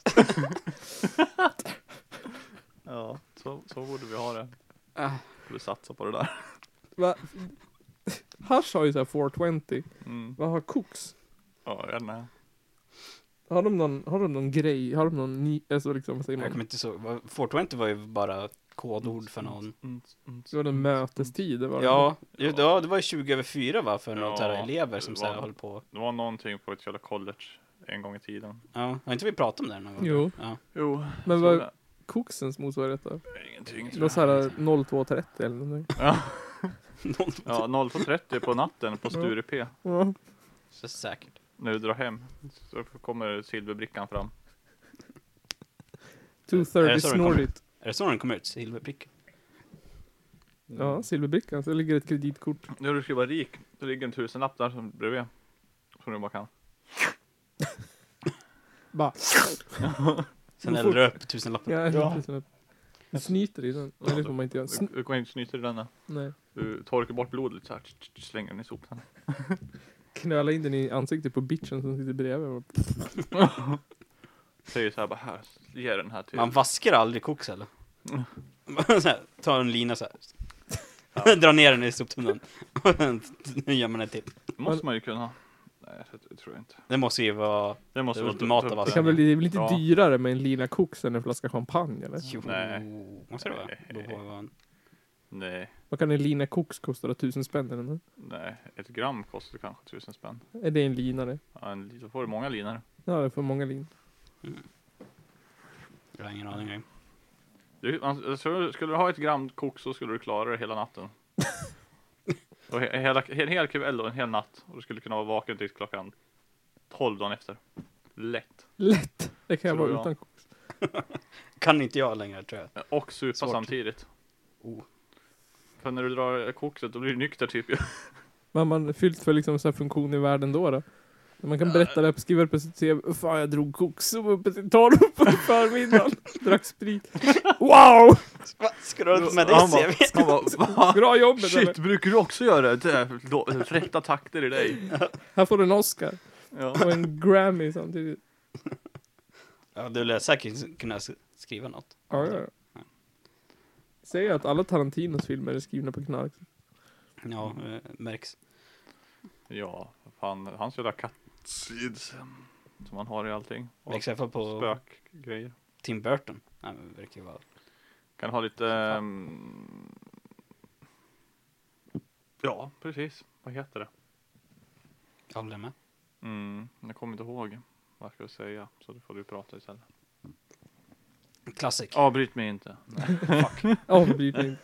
Ja, så borde vi ha det. Du satsa på det där. Va? Hasch har ju så här 420. Vad har koks? Ja, jag vet inte. Har de någon grej? Har de någon ny... Alltså liksom, vad säger man? Jag kommer inte så... 420 var ju bara kodord för någon... Det var en mötestid. Det var det var ju 20 över 4 va? För något här elever som så här höll på... Det var någonting på ett jävla college en gång i tiden. Ja, har inte vi pratat om det någon gång? Jo. Ja. Jo. Men vad koksens motsvarighet då? Ingenting. Det var så här 02.30 eller någonting. Ja. Ja, 02.30 på natten på Sture P. Ja. Så säkert. När du drar hem så kommer silverbrickan fram. 2.30 snorrit. Är det så den kommer ut? Silverbrickan? Ja, silverbrickan. Så ligger ett kreditkort. När du ska vara rik, så ligger en 1000-lapp där som bredvid. Som du bara kan. Bara. Sen eldrar du upp 1000-lappen. Ja, 1000-lapp. Du snyter i den. Nej, det får man inte göra. Du går inte snyter i den. Nej. Du torkar bort blodet lite så här. Slänger den i sopan. Knöla in den i ansiktet på bitchen som sitter bredvid. Säger så här bara, här, ge den här till. Man vaskar aldrig koks eller? Så här, tar en lina så här. Ja. Drar ner den i soptunnan. Nu gör man det till. Det måste man ju kunna. det tror jag inte. Det måste ju vara Det måste det vara ultimata dumt. vasen. Det kan väl bli lite Ja. dyrare med en lina koks än en flaska champagne, eller? Jo, Nej. måste det vara? Nej. Då får man... Nej, Vad kan en lina koks kosta då? 1000 spänn eller nåt? nej. 1 gram kostar kanske 1000 spänn. Är det en lina det? Ja, så får du många linor. Ja, det är för många lin. Jag har ingen aning. Skulle du ha 1 gram koks så skulle du klara det hela natten. Och en hel kväll och en hel natt. Och du skulle kunna vara vaken till klockan 12 dagen efter. Lätt. Lätt! Det kan jag Tror vara jag. utan koks. Kan inte jag längre, tror jag. Och supa Svårt. samtidigt. Oh. För när du drar kokset då blir du nykter typ. Vad har man fyllt för liksom så här funktion i världen då? Man kan berätta det, skriva på sitt CV. Fan, jag drog koks och tar upp på förmiddagen. Drack sprit. Wow! Ska du ut med Han det CV? bara, va? Bra jobbet, Shit, eller? brukar du också göra det? Rätta takter i dig. Här får du en Oscar. Ja. Och en Grammy samtidigt. Ja, du lär säkert kunna skriva något. Ja. Säger att alla Tarantinos filmer är skrivna på knark. Ja, märks. Ja, fan, hans jävla kattseeds som han har i allting. Och Märks i alla fall på spökgrejer. Tim Burton. Nej, men det verkar ju vara... Kan ha lite... ja, precis. Vad heter det? Jag håller med. Jag kommer inte ihåg vad jag ska säga. Så då får du prata istället. Classic. Avbryt mig inte. Avbrytning.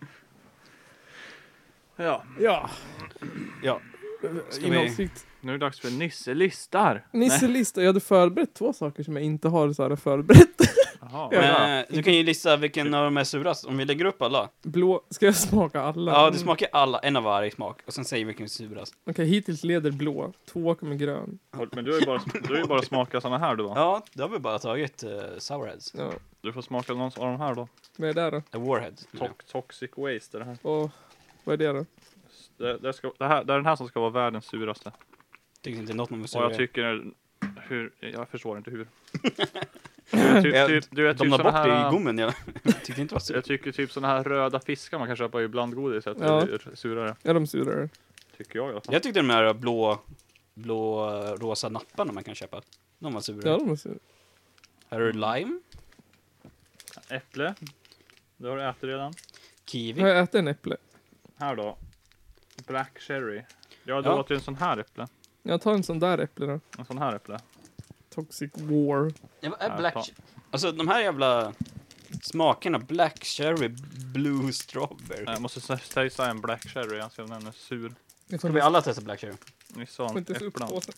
Ja, Ja. Ja. Ska Innehållsrikt. nu är det dags för Nisse-listar. Nisselista. Jag hade förberett 2 saker som jag inte har så här förberett. Jaha, Ja. ja. Du kan ju lista vilken av de är surast. Om vi lägger upp alla. Blå. Ska jag smaka alla? Ja, du smakar alla. En av varje smak. Och sen säger vilken är surast. Okej, hittills leder blå. 2 kommer grön. Men du har ju bara smakat såna här då. Ja, då har vi bara tagit Sourheads. Ja. Du får smaka någon av de här då. Vad är det då? A Warhead. Toxic Waste är det här. Och vad är det då? Det är den här som ska vara världens suraste. Tyckte inte något man var Och sur. jag tycker... jag förstår inte hur. Du är De typ la såna bort det i här... gommen, jag tyckte inte var sur. Jag tycker typ såna här röda fiskar man kan köpa i blandgodis. Att Ja. det är surare. Är de surare? Tycker jag i alla fall. Jag tyckte de här blå rosa napparna man kan köpa. De var sura. Ja, de är surare. Här är det lime, Äpple. Det har du ätit redan. kiwi. Har jag ätit en äpple? Här då. Black cherry. Ja, det Ja. låter en sån här äpple. Jag tar en sån där äpple då. En sån här äpple. Toxic War. Ja, vad är Ja, black... ta. Alltså de här jävla smakerna, black cherry, blue strawberry. Jag måste säga en black cherry. Jag ser om den är sur. Jag Ska får vi alla testa black cherry? Nissan inte upp äpplen. påsen.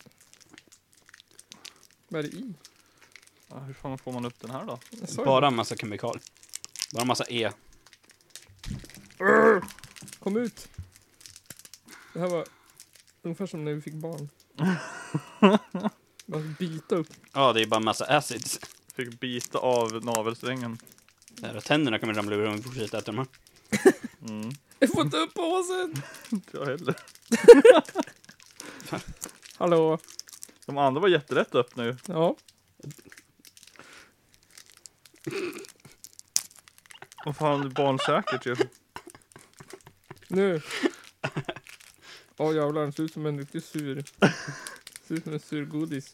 Vad är det i? Ja, hur fan får man upp den här då? Jag sa ju Bara en massa kemikal. Bara en massa E. det. Kom ut. Det här var ungefär som när vi fick barn. Man bita upp. Ja, det är bara en massa acids. Fick bita av navelsträngen. Där, och tänderna kommer ramla ur om vi fortsätter äta de här. Jag får inte upp påsen. Inte jag heller. Hallå. De andra var jättelätt att öppna ju. Ja. Vad fan, det är barnsäkert ju. Nu. Åh jävlar, den ser ut som en riktigt sur. Ser ut som en sur godis.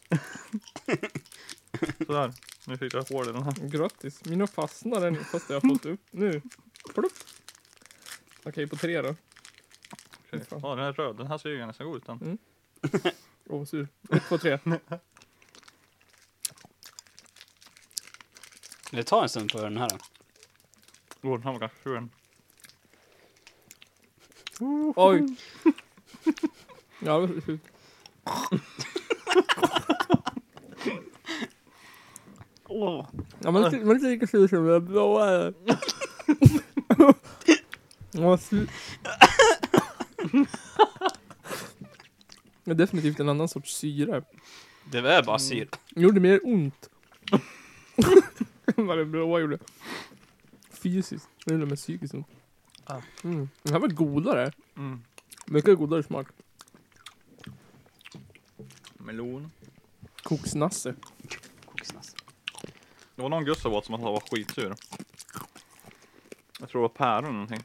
Sådär. Nu fick jag hål i den här. Grattis. Mina fastnar än fast jag har fått upp. Nu. Plupp. Okej, på 3 då. Okej. Fan. Ja, den är röd. Den här ser ju ganska god ut. Den. Åh, sur. 1, 2, 3. Det tar en stund för den här. Den här var ganska sur. Oj. Ja, det var surt. Ja, man är inte lika sur som det blåa. Ja, sur. Det är definitivt en annan sorts syra. Det är bara syra. Det gjorde mer ont. Vad det blåa gjorde. Fysiskt. Det gjorde med psykiskt ont. Ah. Den här var godare. Mm. Mycket godare smak. Melon. Koksnasse. Koksnass. Det var någon Gustav åt som var skitsur. Jag tror det var päron eller någonting.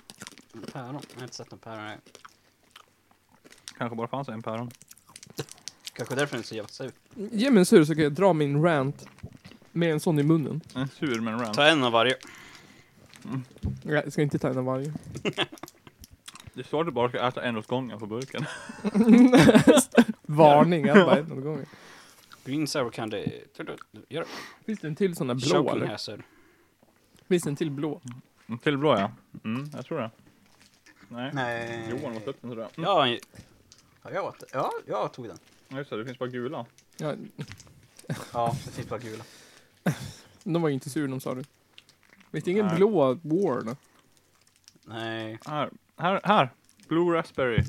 Päron. Jag har inte sett någon päron här. Kanske bara fanns en päron. Kanske därför den är så jävla sur. Ge mig en sur så kan jag dra min rant med en sån i munnen. En sur men rant. Ta en av varje. Jag ska inte ta en av varje. Det står att du bara ska äta en åt gången på burken. Varning, jag bara en av gången. Green sour candy. Gör det. Finns det en till sån där blå Choking eller? hazard. Finns det en till blå? En till blå, ja. Jag tror det. Nej. Nej. Johan måste upp den, tror jag. Ja, jag tog den. Ja, just det. Det finns bara gula. Ja, Ja, det finns bara gula. de var ju inte sur, de sa du. Finns det ingen Nej. blå war då? Nej. Här. Blue raspberry.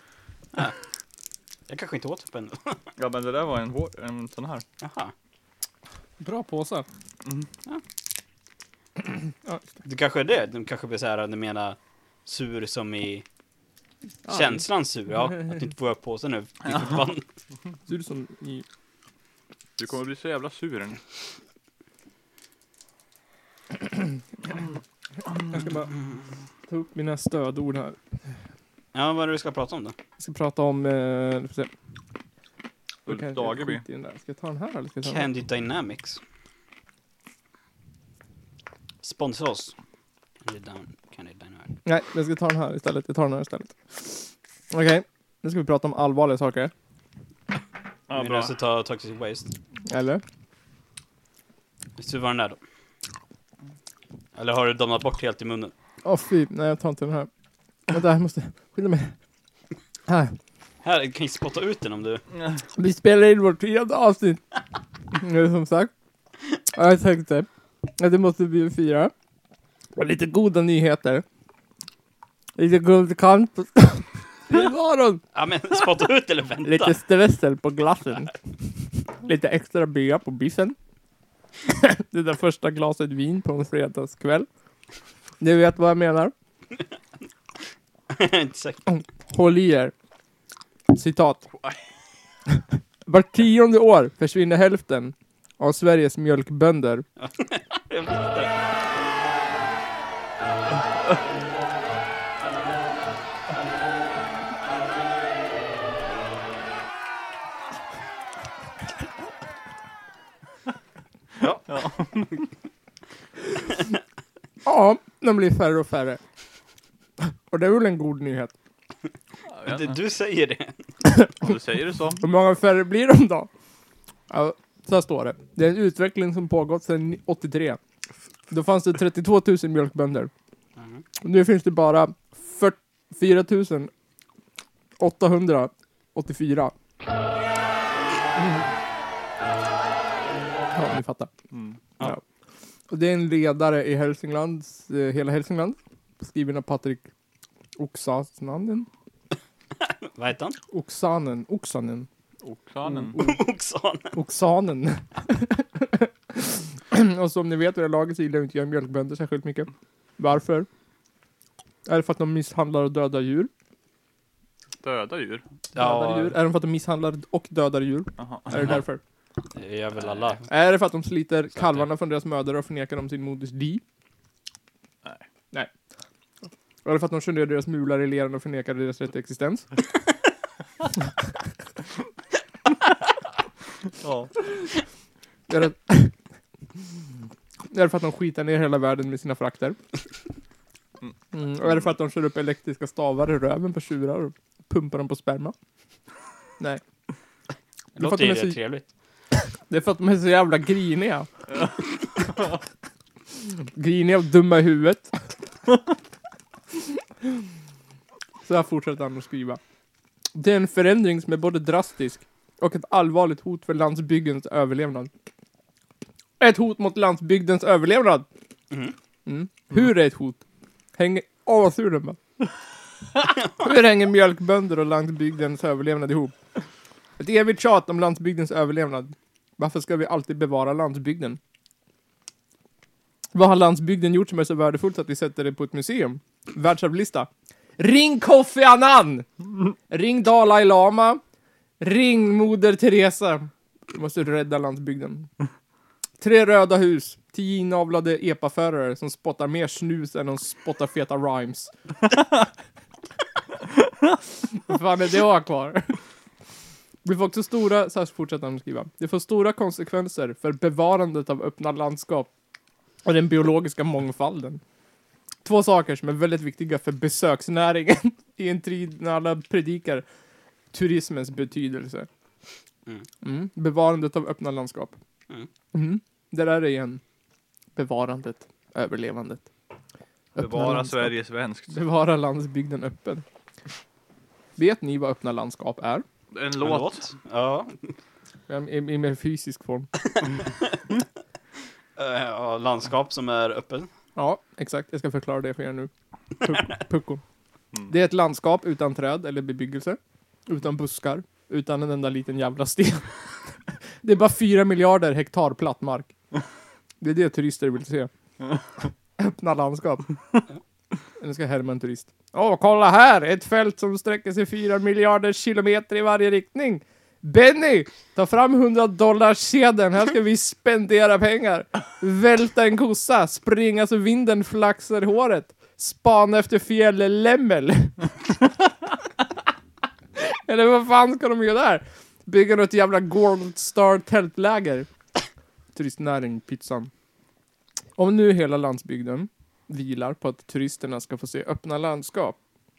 Jag kanske inte åt upp än. Ja, men det där var en sån här. Jaha. Bra påsar. Ja. Ja, just det. Det kanske är det. De kanske blir så här, du menar sur som i känslan sur. Ja, att du inte får upp på sig nu. Sur som i... Du kommer bli så jävla sur. Jag ska bara ta upp mina stödord här. Ja, vad är det vi ska prata om då? Jag ska prata om... får se. Ulf Okej, Dageby. skit i den där. Ska jag ta den här eller ska jag ta den här? Candy Dynamics. Sponsra oss. Candy Dynamics. Nej, jag ska ta den här istället. Jag tar den här istället. Okej, nu ska vi prata om allvarliga saker. Ja, Vi bra. måste ta Toxic Waste. Eller? Visst var den där då? Eller har du domnat bort helt i munnen? Åh fy, nej jag tar inte den här. Vänta, jag måste skynda mig. Här. Här, du kan ju spotta ut den om du... Vi spelar in vårt 3:e avsnitt. Nu som sagt. Jag tänkte att det måste bli 4. Och lite goda nyheter. Lite guldkant på morgon. Ja men spotta ut eller vänta. Lite stressel på glassen. Lite extra bea på biffen. Det där första glaset vin på en fredagskväll. Ni vet vad jag menar. Jag är inte säker. Håll i er. Citat. Var 10:e år försvinner hälften av Sveriges mjölkbönder. Jag visste det. Ja. Ja, de blir färre och färre. Och det är väl en god nyhet. Du säger det. Om du säger det så. Hur många färre blir de då? Ja, så här står det. Det är en utveckling som pågått sedan 83. Då fanns det 32 000 mjölkbönder. Mm. Nu finns det bara 4 884. Ja, ni fattar. Ja. Och det är en ledare i Hälsinglands, hela Hälsingland. Skriven av Patrik Oksanen. Vad heter han? Oksanen. Oksanen. Oksanen. Och som ni vet, det laget så gillar inte jag mjölkbönder särskilt mycket. Varför? Är det för att de misshandlar och dödar djur? Döda djur? Dödar djur? Är det för att de misshandlar och dödar djur? Aha. Är det därför? Det gör väl alla. Är det för att de sliter kalvarna från deras mödrar och förnekar dem sin moders liv? Nej. Är det för att de kör ner deras mular i leran och förnekar deras rätt till existens? Ja. Är det för att de skitar ner hela världen med sina frakter? Och är det för att de kör upp elektriska stavar i röven på tjurar och pumpar dem på sperma? Nej. Det låter ju rätt trevligt. Det är för att de är så jävla griniga. Griniga och dumma i huvudet. Så här fortsätter han att skriva. Det är en förändring som är både drastisk och ett allvarligt hot för landsbygdens överlevnad. Ett hot mot landsbygdens överlevnad. Hur är ett hot? Hänger... vad sur den bara. Hur hänger mjölkbönder och landsbygdens överlevnad ihop? Ett evigt tjat om landsbygdens överlevnad. Varför ska vi alltid bevara landsbygden? Vad har landsbygden gjort som är så värdefullt att vi sätter det på ett museum? Världsarvlista. Ring Kofi Annan! Ring Dalai Lama! Ring Moder Teresa! Vi måste rädda landsbygden. 3 röda hus. 10 inavlade epaförare som spottar mer snus än de spottar feta rhymes. Vad fan är det jag har kvar? Det får också stora, så här fortsätter han skriva. Det får stora konsekvenser för bevarandet av öppna landskap och den biologiska mångfalden. 2 saker som är väldigt viktiga för besöksnäringen i en tid när alla predikar turismens betydelse. Bevarandet av öppna landskap. Det där är igen. Bevarandet, överlevandet. Bevara Sverige svenskt. Bevara landsbygden öppen. Vet ni vad öppna landskap är? En låt. Ja. I mer fysisk form. Ja, landskap som är öppen. Ja, exakt. Jag ska förklara det för er nu. Pucko. Det är ett landskap utan träd eller bebyggelse. Utan buskar. Utan en enda liten jävla sten. Det är bara 4 miljarder hektar platt mark. Det är det turister vill se. Öppna landskap. Nu ska härma en turist. Kolla här! Ett fält som sträcker sig 4 miljarder kilometer i varje riktning. Benny! Ta fram $100-sedeln. Här ska vi spendera pengar. Välta en kossa. Springa så vinden flaxar i håret. Spana efter fjällämmel. Eller vad fan ska de göra där? Bygga något jävla Gold Star tältläger. Turistnäring, pizzan. Om nu hela landsbygden vilar på att turisterna ska få se öppna landskap.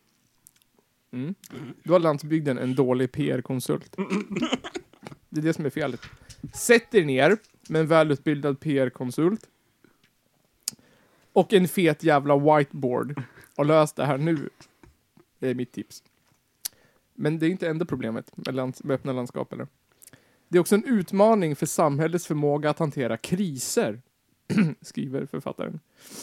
Då har landsbygden en dålig PR-konsult. Det är det som är felet. Sätt er ner med en välutbildad PR-konsult och en fet jävla whiteboard och lös det här nu. Det är mitt tips. Men det är inte enda problemet med öppna landskap. Eller? Det är också en utmaning för samhällets förmåga att hantera kriser, skriver författaren.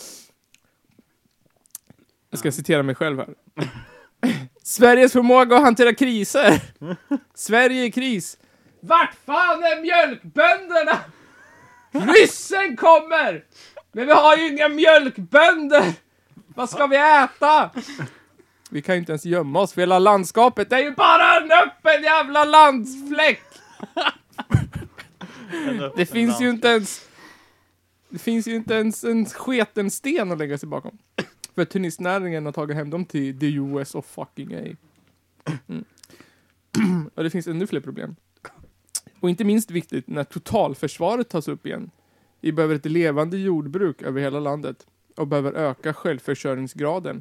Jag ska citera mig själv här. Sveriges förmåga att hantera kriser. Sverige i kris. Vart fan är mjölkbönderna? Ryssen kommer! Men vi har ju inga mjölkbönder! Vad ska vi äta? Vi kan ju inte ens gömma oss för hela landskapet. Det är ju bara en öppen jävla landsfläck! Det finns ju inte ens... Det finns ju inte ens en sketen sten att lägga sig bakom. För turistnäringen har tagit hem dem till the US of fucking A. Och det finns ännu fler problem. Och inte minst viktigt när totalförsvaret tas upp igen. Vi behöver ett levande jordbruk över hela landet. Och behöver öka självförsörjningsgraden.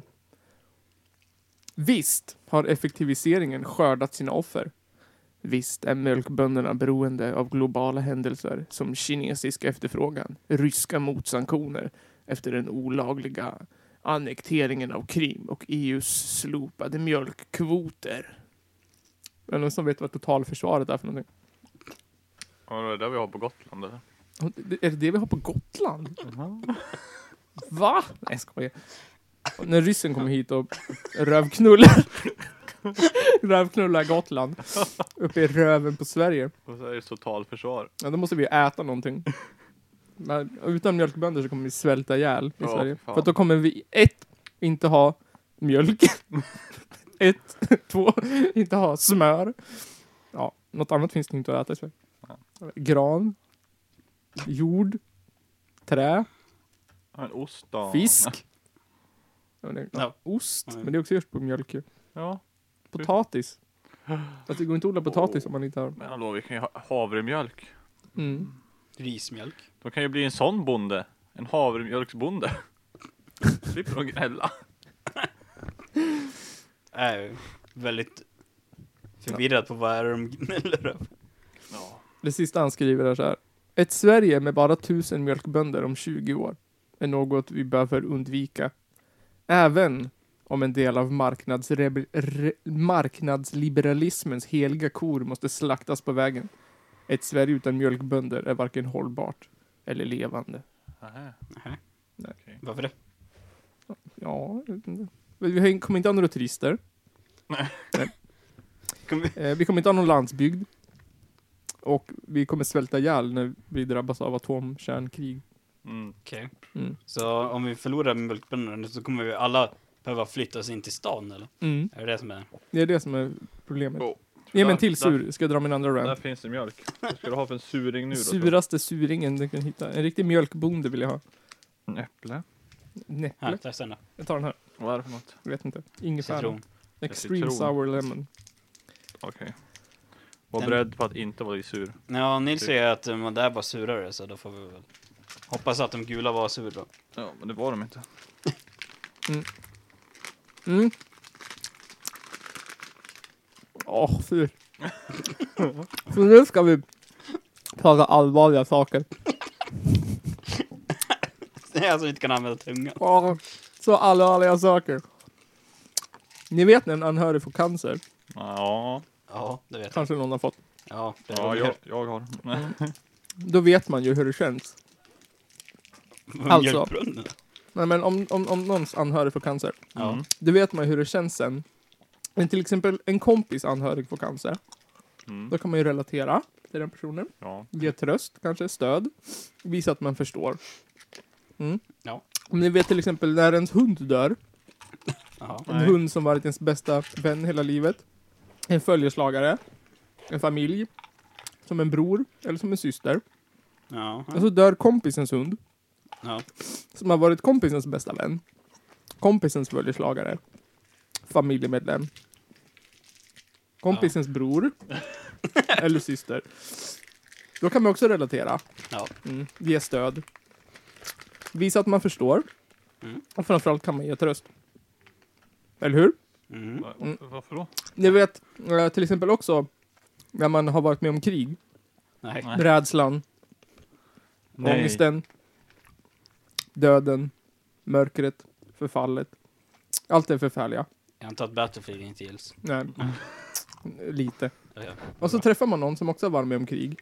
Visst har effektiviseringen skördat sina offer. Visst är mjölkbönderna beroende av globala händelser som kinesisk efterfrågan, ryska motsanktioner efter den olagliga annekteringen av Krim och EUs slopade mjölkkvoter. Är det någon som vet vad totalförsvaret är för någonting? Ja, det är det vi har på Gotland. Eller? Är det vi har på Gotland? Va? Nej, jag skojar. När ryssen kommer hit och rövknullar Gotland uppe i röven på Sverige. Och så är det totalförsvar. Ja, då måste vi äta någonting. Men utan mjölkbönder så kommer vi svälta ihjäl i Sverige. Fan. För då kommer vi inte ha mjölk. 2, inte ha smör. Ja, något annat finns det inte att äta i Sverige. Gran. Jord. Trä. En ost då. Fisk. Ja. Ost. Men det är också gjort på mjölk. Ja. Potatis. Fast det går inte att odla potatis om man inte har... Men hallå, vi kan ju ha havremjölk. Rismjölk. De kan ju bli en sån bonde. En havremjölksbonde. Slipper de gnälla. Är väldigt förvirrad på vad är de gnäller över. Ja. Det sista han skriver är så här. Ett Sverige med bara 1000 mjölkbönder om 20 år är något vi behöver undvika. Även om en del av marknadsliberalismens heliga kor måste slaktas på vägen. Ett Sverige utan mjölkbönder är varken hållbart eller levande. Aha. Nej. Okay. Varför det? Ja, jag vet inte. Vi kommer inte ha några turister. Nej. Vi kommer inte ha någon landsbygd. Och vi kommer svälta ihjäl när vi drabbas av atomkärnkrig. Okej. Så om vi förlorar mjölkbönderna så kommer vi alla behöva flytta oss in till stan, eller? Är det som är? Det är det som är problemet. Oh. Ge mig en till sur. Ska jag dra min andra rant? Där finns det mjölk. Vad ska du ha för en suring nu då? Suraste suringen du kan hitta. En riktig mjölkbonde vill jag ha. En äpple. Näpple. Här, testa den då. Jag tar den här. Vad är det för något? Jag vet inte. Ingefära. Citron. Extreme Citron. sour lemon. Okej. Var beredd på att inte vara sur. Ja, Nils säger att man där var surare, så då får vi väl hoppas att de gula var sur då. Ja, men det var de inte. Sur. Så nu ska vi prata allvarliga saker. Det är alltså inte kan använda tungan. Så allvarliga saker. Ni vet när en anhörig får cancer? Ja. Ja, det vet jag. Kanske någon har fått. Ja, Ja, jag har. Då vet man ju hur det känns. Alltså. Mjölkbrunnen. Nej, men om någons anhörig får cancer. Ja. Då vet man ju hur det känns sen. Men till exempel en kompis anhörig får cancer. Då kan man ju relatera till den personen. Ja. Ge tröst, kanske stöd. Visa att man förstår. Ja. Om ni vet till exempel när ens hund dör. Jaha. En Nej. hund som varit ens bästa vän hela livet. En följeslagare. En familj. Som en bror. Eller som en syster. Ja. Och så dör kompisens hund. Ja. Som har varit kompisens bästa vän. Kompisens följeslagare. Familjemedlem. Kompisens bror. Eller syster. Då kan man också relatera. Ja. Ge stöd. Visa att man förstår. Och framförallt kan man ge tröst. Eller hur? Varför då? Ni vet till exempel också när man har varit med om krig. Nej. Rädslan. Ångesten. Döden. Mörkret. Förfallet. Allt är förfärliga. Jag antar att Battlefield inte gills. Nej. Lite. Ja. Och så träffar man någon som också har varit med om krig.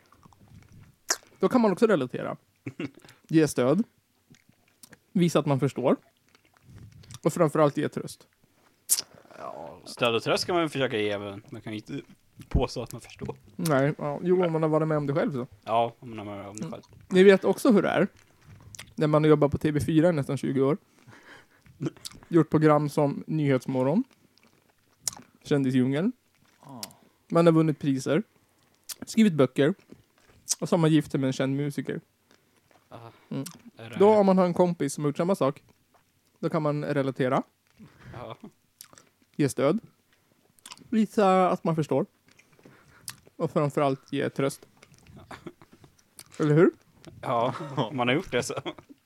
Då kan man också relatera. Ge stöd. Visa att man förstår. Och framförallt ge tröst. Ja, stöd och tröst kan man försöka ge, men man kan ju inte påstå att man förstår. Nej, ja. Jo, om man har varit med om det själv så. Ja, om man har med om det själv. Ni vet också hur det är. När man har jobbat på TV4 i nästan 20 år. Gjort program som Nyhetsmorgon. Kändisdjungeln. Man har vunnit priser. Skrivit böcker. Och så har man gift sig med en känd musiker. Är det- Då om man har en kompis som har gjort samma sak. Då kan man relatera. Ja. Ge stöd. Visa att man förstår. Och framförallt ge tröst. Eller hur? Ja, om man har gjort det så.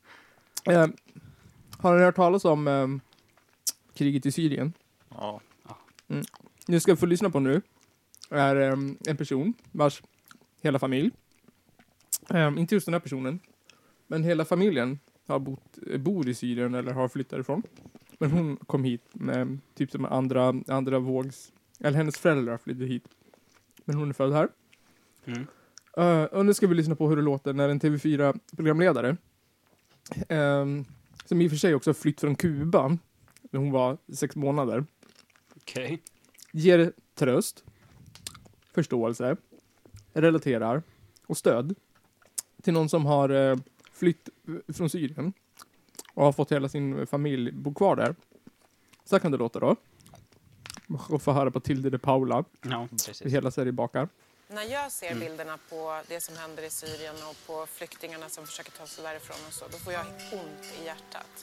Har ni hört talas om kriget i Syrien? Ja. Nu ska vi få lyssna på nu. Är en person vars hela familj. Inte just den här personen. Men hela familjen har bor i Syrien eller har flyttat ifrån. Men hon kom hit med typ som andra vågs. Eller hennes föräldrar flyttade hit. Men hon är född här. Och nu ska vi lyssna på hur det låter när en TV4-programledare som i och för sig också flytt från Kuba när hon var 6 månader. Okej. Ger tröst, förståelse, relaterar och stöd till någon som har flytt från Syrien och har fått hela sin familj bo kvar där. Så här kan det låta då. Och få höra på Tilde de Paula. Ja, precis. Hela Sverige bakar. När jag ser bilderna på det som händer i Syrien och på flyktingarna som försöker ta sig därifrån och så, då får jag ont i hjärtat.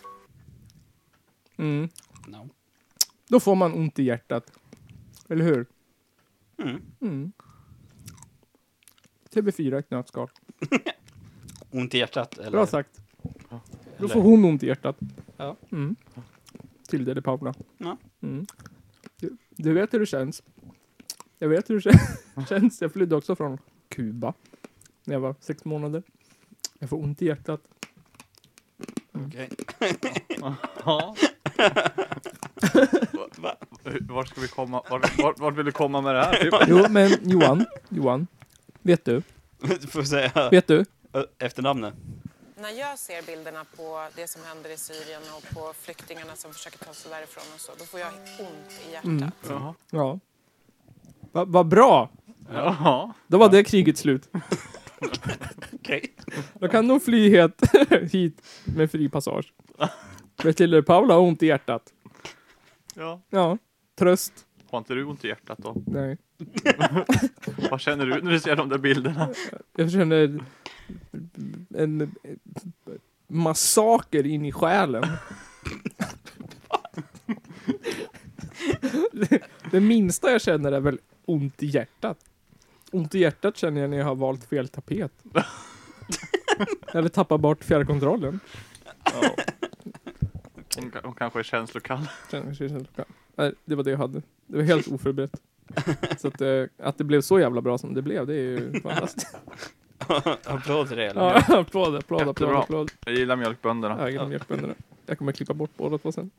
No. Då får man ont i hjärtat. Eller hur? TV4 ett nötskal. Ont i hjärtat, eller? Bra sagt. Då Eller- får hon ont i hjärtat. Ja. Tilde de Paula. Ja. Du vet hur det känns. Jag vet hur det känns. Jag flydde också från Kuba när jag var 6 månader. Jag får ont i hjärtat. Okej. Ja. Vart ska vi komma? Vart vill du komma med det här? Typ? Jo, men Johan. Vet du? Du får säga Vet du? efternamnet. När jag ser bilderna på det som händer i Syrien och på flyktingarna som försöker ta sig därifrån och så, då får jag ont i hjärtat. Jaha. Ja. Vad bra! Ja. Då var det kriget slut. Okej. Då kan de fly hit med fri passage. Men till Paula har ont i hjärtat. Ja. Ja, tröst. Har inte du ont i hjärtat då? Nej. Vad känner du när du ser de där bilderna? Jag känner en massaker in i själen. Det minsta jag känner är väl ont i hjärtat. Ont i hjärtat känner jag när jag har valt fel tapet. Eller tappar bort fjärrkontrollen. Ja. Hon kanske är känslokall. Nej, det var det jag hade. Det var helt oförberett. Så att det blev så jävla bra som det blev, det är ju fantastiskt. Applåd till det. Ja, applåd. Jag gillar mjölkbönderna. Jag gillar mjölkbönderna. Jag kommer klippa bort båda två sen.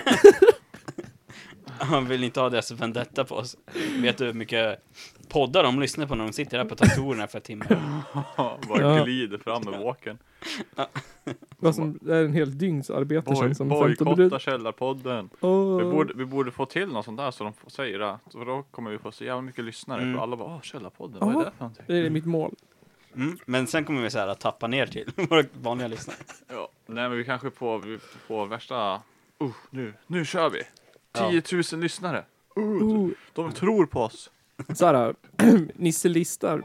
Han vill inte ha deras vendetta på oss. Vet du hur mycket poddar de lyssnar på när de sitter här på datorerna för timmar? Bara glider fram med walken. Det är en hel dygns arbete sen som 15 bojkotta minuter. Källarpodden. Vi borde få till något sånt där så de säger det. Så då kommer vi få så jävla mycket lyssnare. För alla bara, Källarpodden, vad är det för någonting? Det är mitt mål. Men sen kommer vi så här att tappa ner till våra vanliga lyssnare. Ja, nej men vi kanske får värsta... nu kör vi! 10 000 lyssnare! De tror på oss! Såhär, Nisse listar.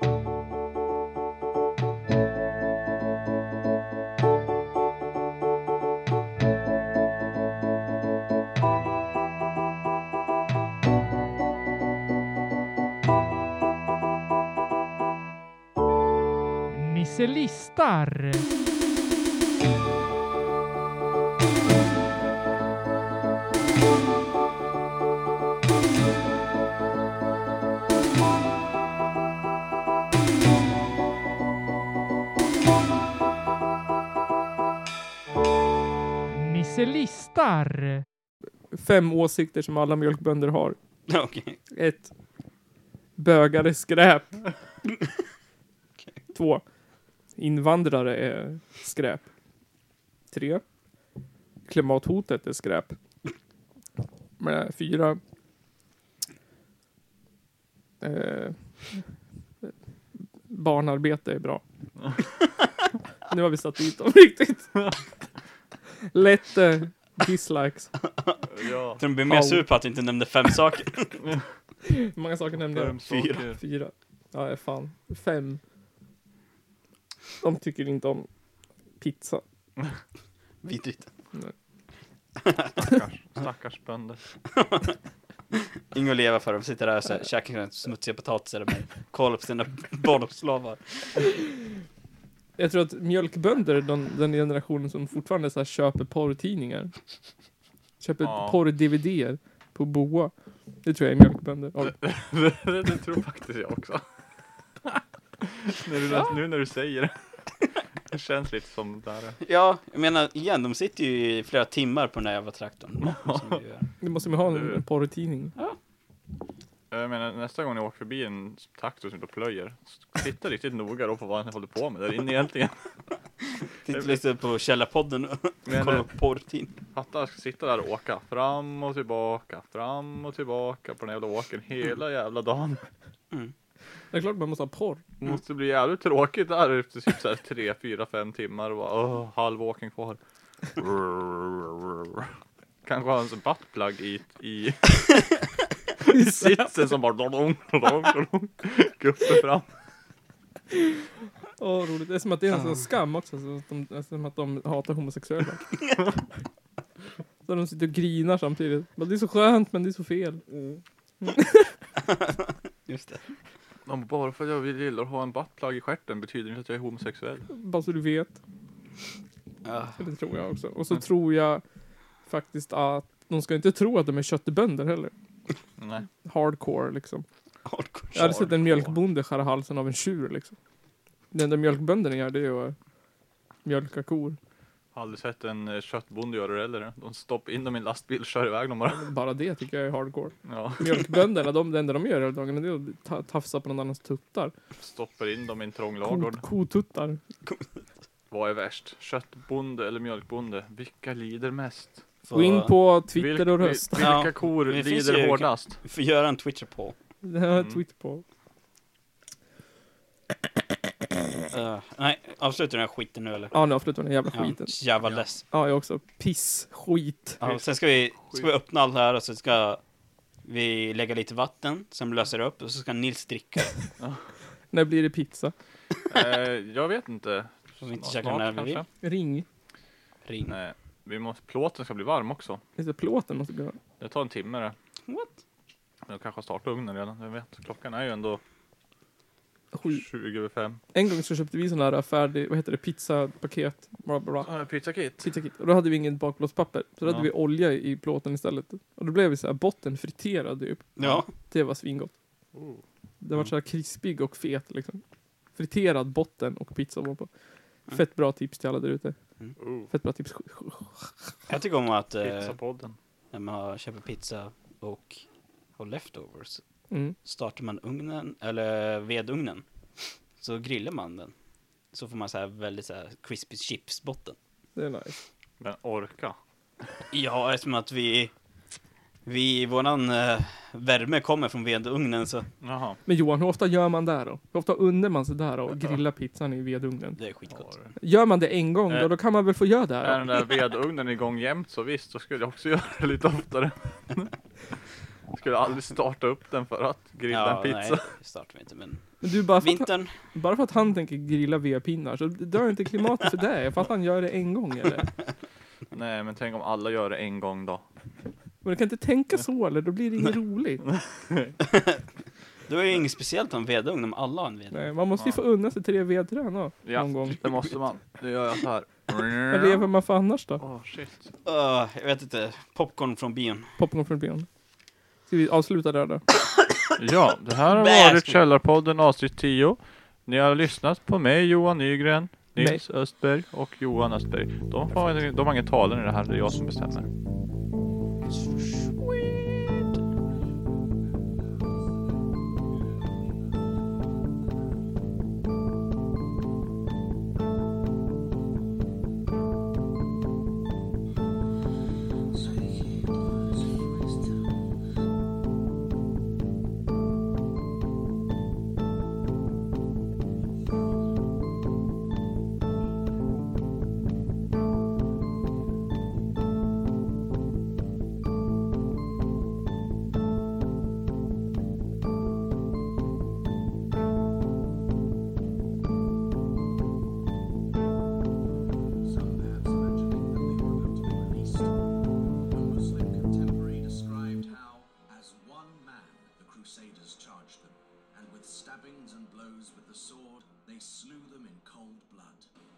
Nisse listar. Nisse listar. 5 åsikter som alla mjölkbönder har. Okej. 1. Bögare skräp. 2. Invandrare är skräp. 3. Klimathotet är skräp. 4. Barnarbete är bra. Nu har vi satt dit dem riktigt. Lätt dislikes. Ja. Så de blir mer sur på att du inte nämnde 5 saker. Hur många saker nämnde jag? 4. Ja, fan. 5. De tycker inte om pizza. Vidrigt. Stackars bönder. Inget att leva för. De sitter där och så här, käkar smutsiga potatisar med koll på sina barndomsslavar. Jag tror att mjölkbönder är den generationen som fortfarande så här köper porrtidningar. Köper porr-DVDer på Boa. Det tror jag är mjölkbönder. Det tror faktiskt jag också. Nu när du säger det. Det känns lite som där. Ja, jag menar igen, de sitter ju i flera timmar på den där jävla traktorn. Det måste man ha en porrtidning. Ja. Jag menar, nästa gång jag åker förbi en traktor som plöjer, titta riktigt noga då på vad han håller på med där inne egentligen. Titta lite på Källarpodden och kolla på porrtidning. Fatta, jag ska sitta där och åka fram och tillbaka på den jävla åken hela jävla dagen. Det är klart man måste ha porr. Det måste bli jävligt tråkigt där efter typ så här 3, 4, 5 timmar och bara, halvåken kvar. Kanske ha en sån buttplug i sitsen som bara guppar fram. Roligt. Det är som att det är en sån skam också. Som att de hatar homosexuella. Så de sitter och grinar samtidigt. Men det är så skönt, men det är så fel. Just det. Bara för att jag vill ha en buttplug i stjärten betyder inte att jag är homosexuell. Bara så du vet. Ja. Det tror jag också. Och så tror jag faktiskt att de ska inte tro att de är köttbönder heller. Nej. Hardcore liksom. Hardcore. Jag hade sett en mjölkbonde skära halsen av en tjur liksom. Den där mjölkbönderna gör det är ju att mjölka kor. Har aldrig sett en köttbonde göra det heller. De stoppar in dem i en lastbil och kör iväg dem bara. Bara det tycker jag är hardcore. Ja. Mjölkbönderna, det enda de gör hela dagen det är att tafsa på någon annans tuttar. Stoppar in dem i en trång lagård. Kotuttar. Vad är värst? Köttbonde eller mjölkbonde? Vilka lider mest? Gå in på Twitter och rösta. Vilka kor lider hårdast? Vi får göra en Twitter på. Det har jag Twitter på. Nej, avslutar den här skiten nu eller? Ja, nu avslutar den jävla skiten. Jävla less. Ja, jag också. Piss, skit. Ja, sen ska vi öppna allt här och så ska vi lägga lite vatten som löser upp och så ska Nils dricka. När blir det pizza? Jag vet inte. Så vi inte käkar när vi vill. Ring. Nej, plåten ska bli varm också. Just det, plåten måste gå. Det tar en timme det. What? Jag kanske startar ugnen redan, jag vet. Klockan är ju ändå 20 över 5. En gång så köpte vi sån här färdig, vad heter det, pizzapaket. Bla bla bla. Pizzakit. Pizzakit. Och då hade vi ingen bakplåtspapper. Så då hade Ja. vi olja i plåten istället. Och då blev vi så här botten friterad typ. Ja. Det var svingott. Det var så här krispig och fet liksom. Friterad botten och pizza var på. Fett bra tips till alla där ute. Fett bra tips. Jag tycker om att Pizzapodden. när man köper pizza och har leftovers, Mm. startar man ugnen, eller vedugnen, så grillar man den. Så får man så här väldigt så här crispy chips botten. Det är nice. Men orka. Ja, eftersom att våran värme kommer från vedugnen, så Jaha. Men Johan, hur ofta gör man det då? Hur ofta undrar man sig där och grillar pizzan i vedugnen? det är skitgott. Gör man det en gång då kan man väl få göra det Är här den då? där vedugnen igång jämt så visst, så skulle jag också göra det lite oftare. Skulle aldrig starta upp den för att grilla en pizza. Nej, det startar vi inte, men Men du, bara för att, vintern. bara för att han tänker grilla vedpinnar så dör inte klimatet för det. För att han gör det en gång eller? Nej, men tänk om alla gör det en gång då. Men du kan inte tänka så eller? Då blir det inget roligt. Det är ju inget speciellt om vedugn om alla har en vedugn. Nej, man måste ju få unna sig 3 vedträn då. Ja, Någon gång. det måste man. Det gör jag så här. Vad lever man för annars då? Åh, shit. Jag vet inte, popcorn från bion. Popcorn från ben. Ska vi avsluta där då? Ja, det här har varit Källarpodden avsnitt 10. Ni har lyssnat på mig, Johan Nygren, Nils Östberg och Johan Östberg. De har inget talen i det här, det är jag som bestämmer. Some perhaps imagining that they were about to be released. One Muslim contemporary described how, as one man, the Crusaders charged them, and with stabbings and blows with the sword, they slew them in cold blood.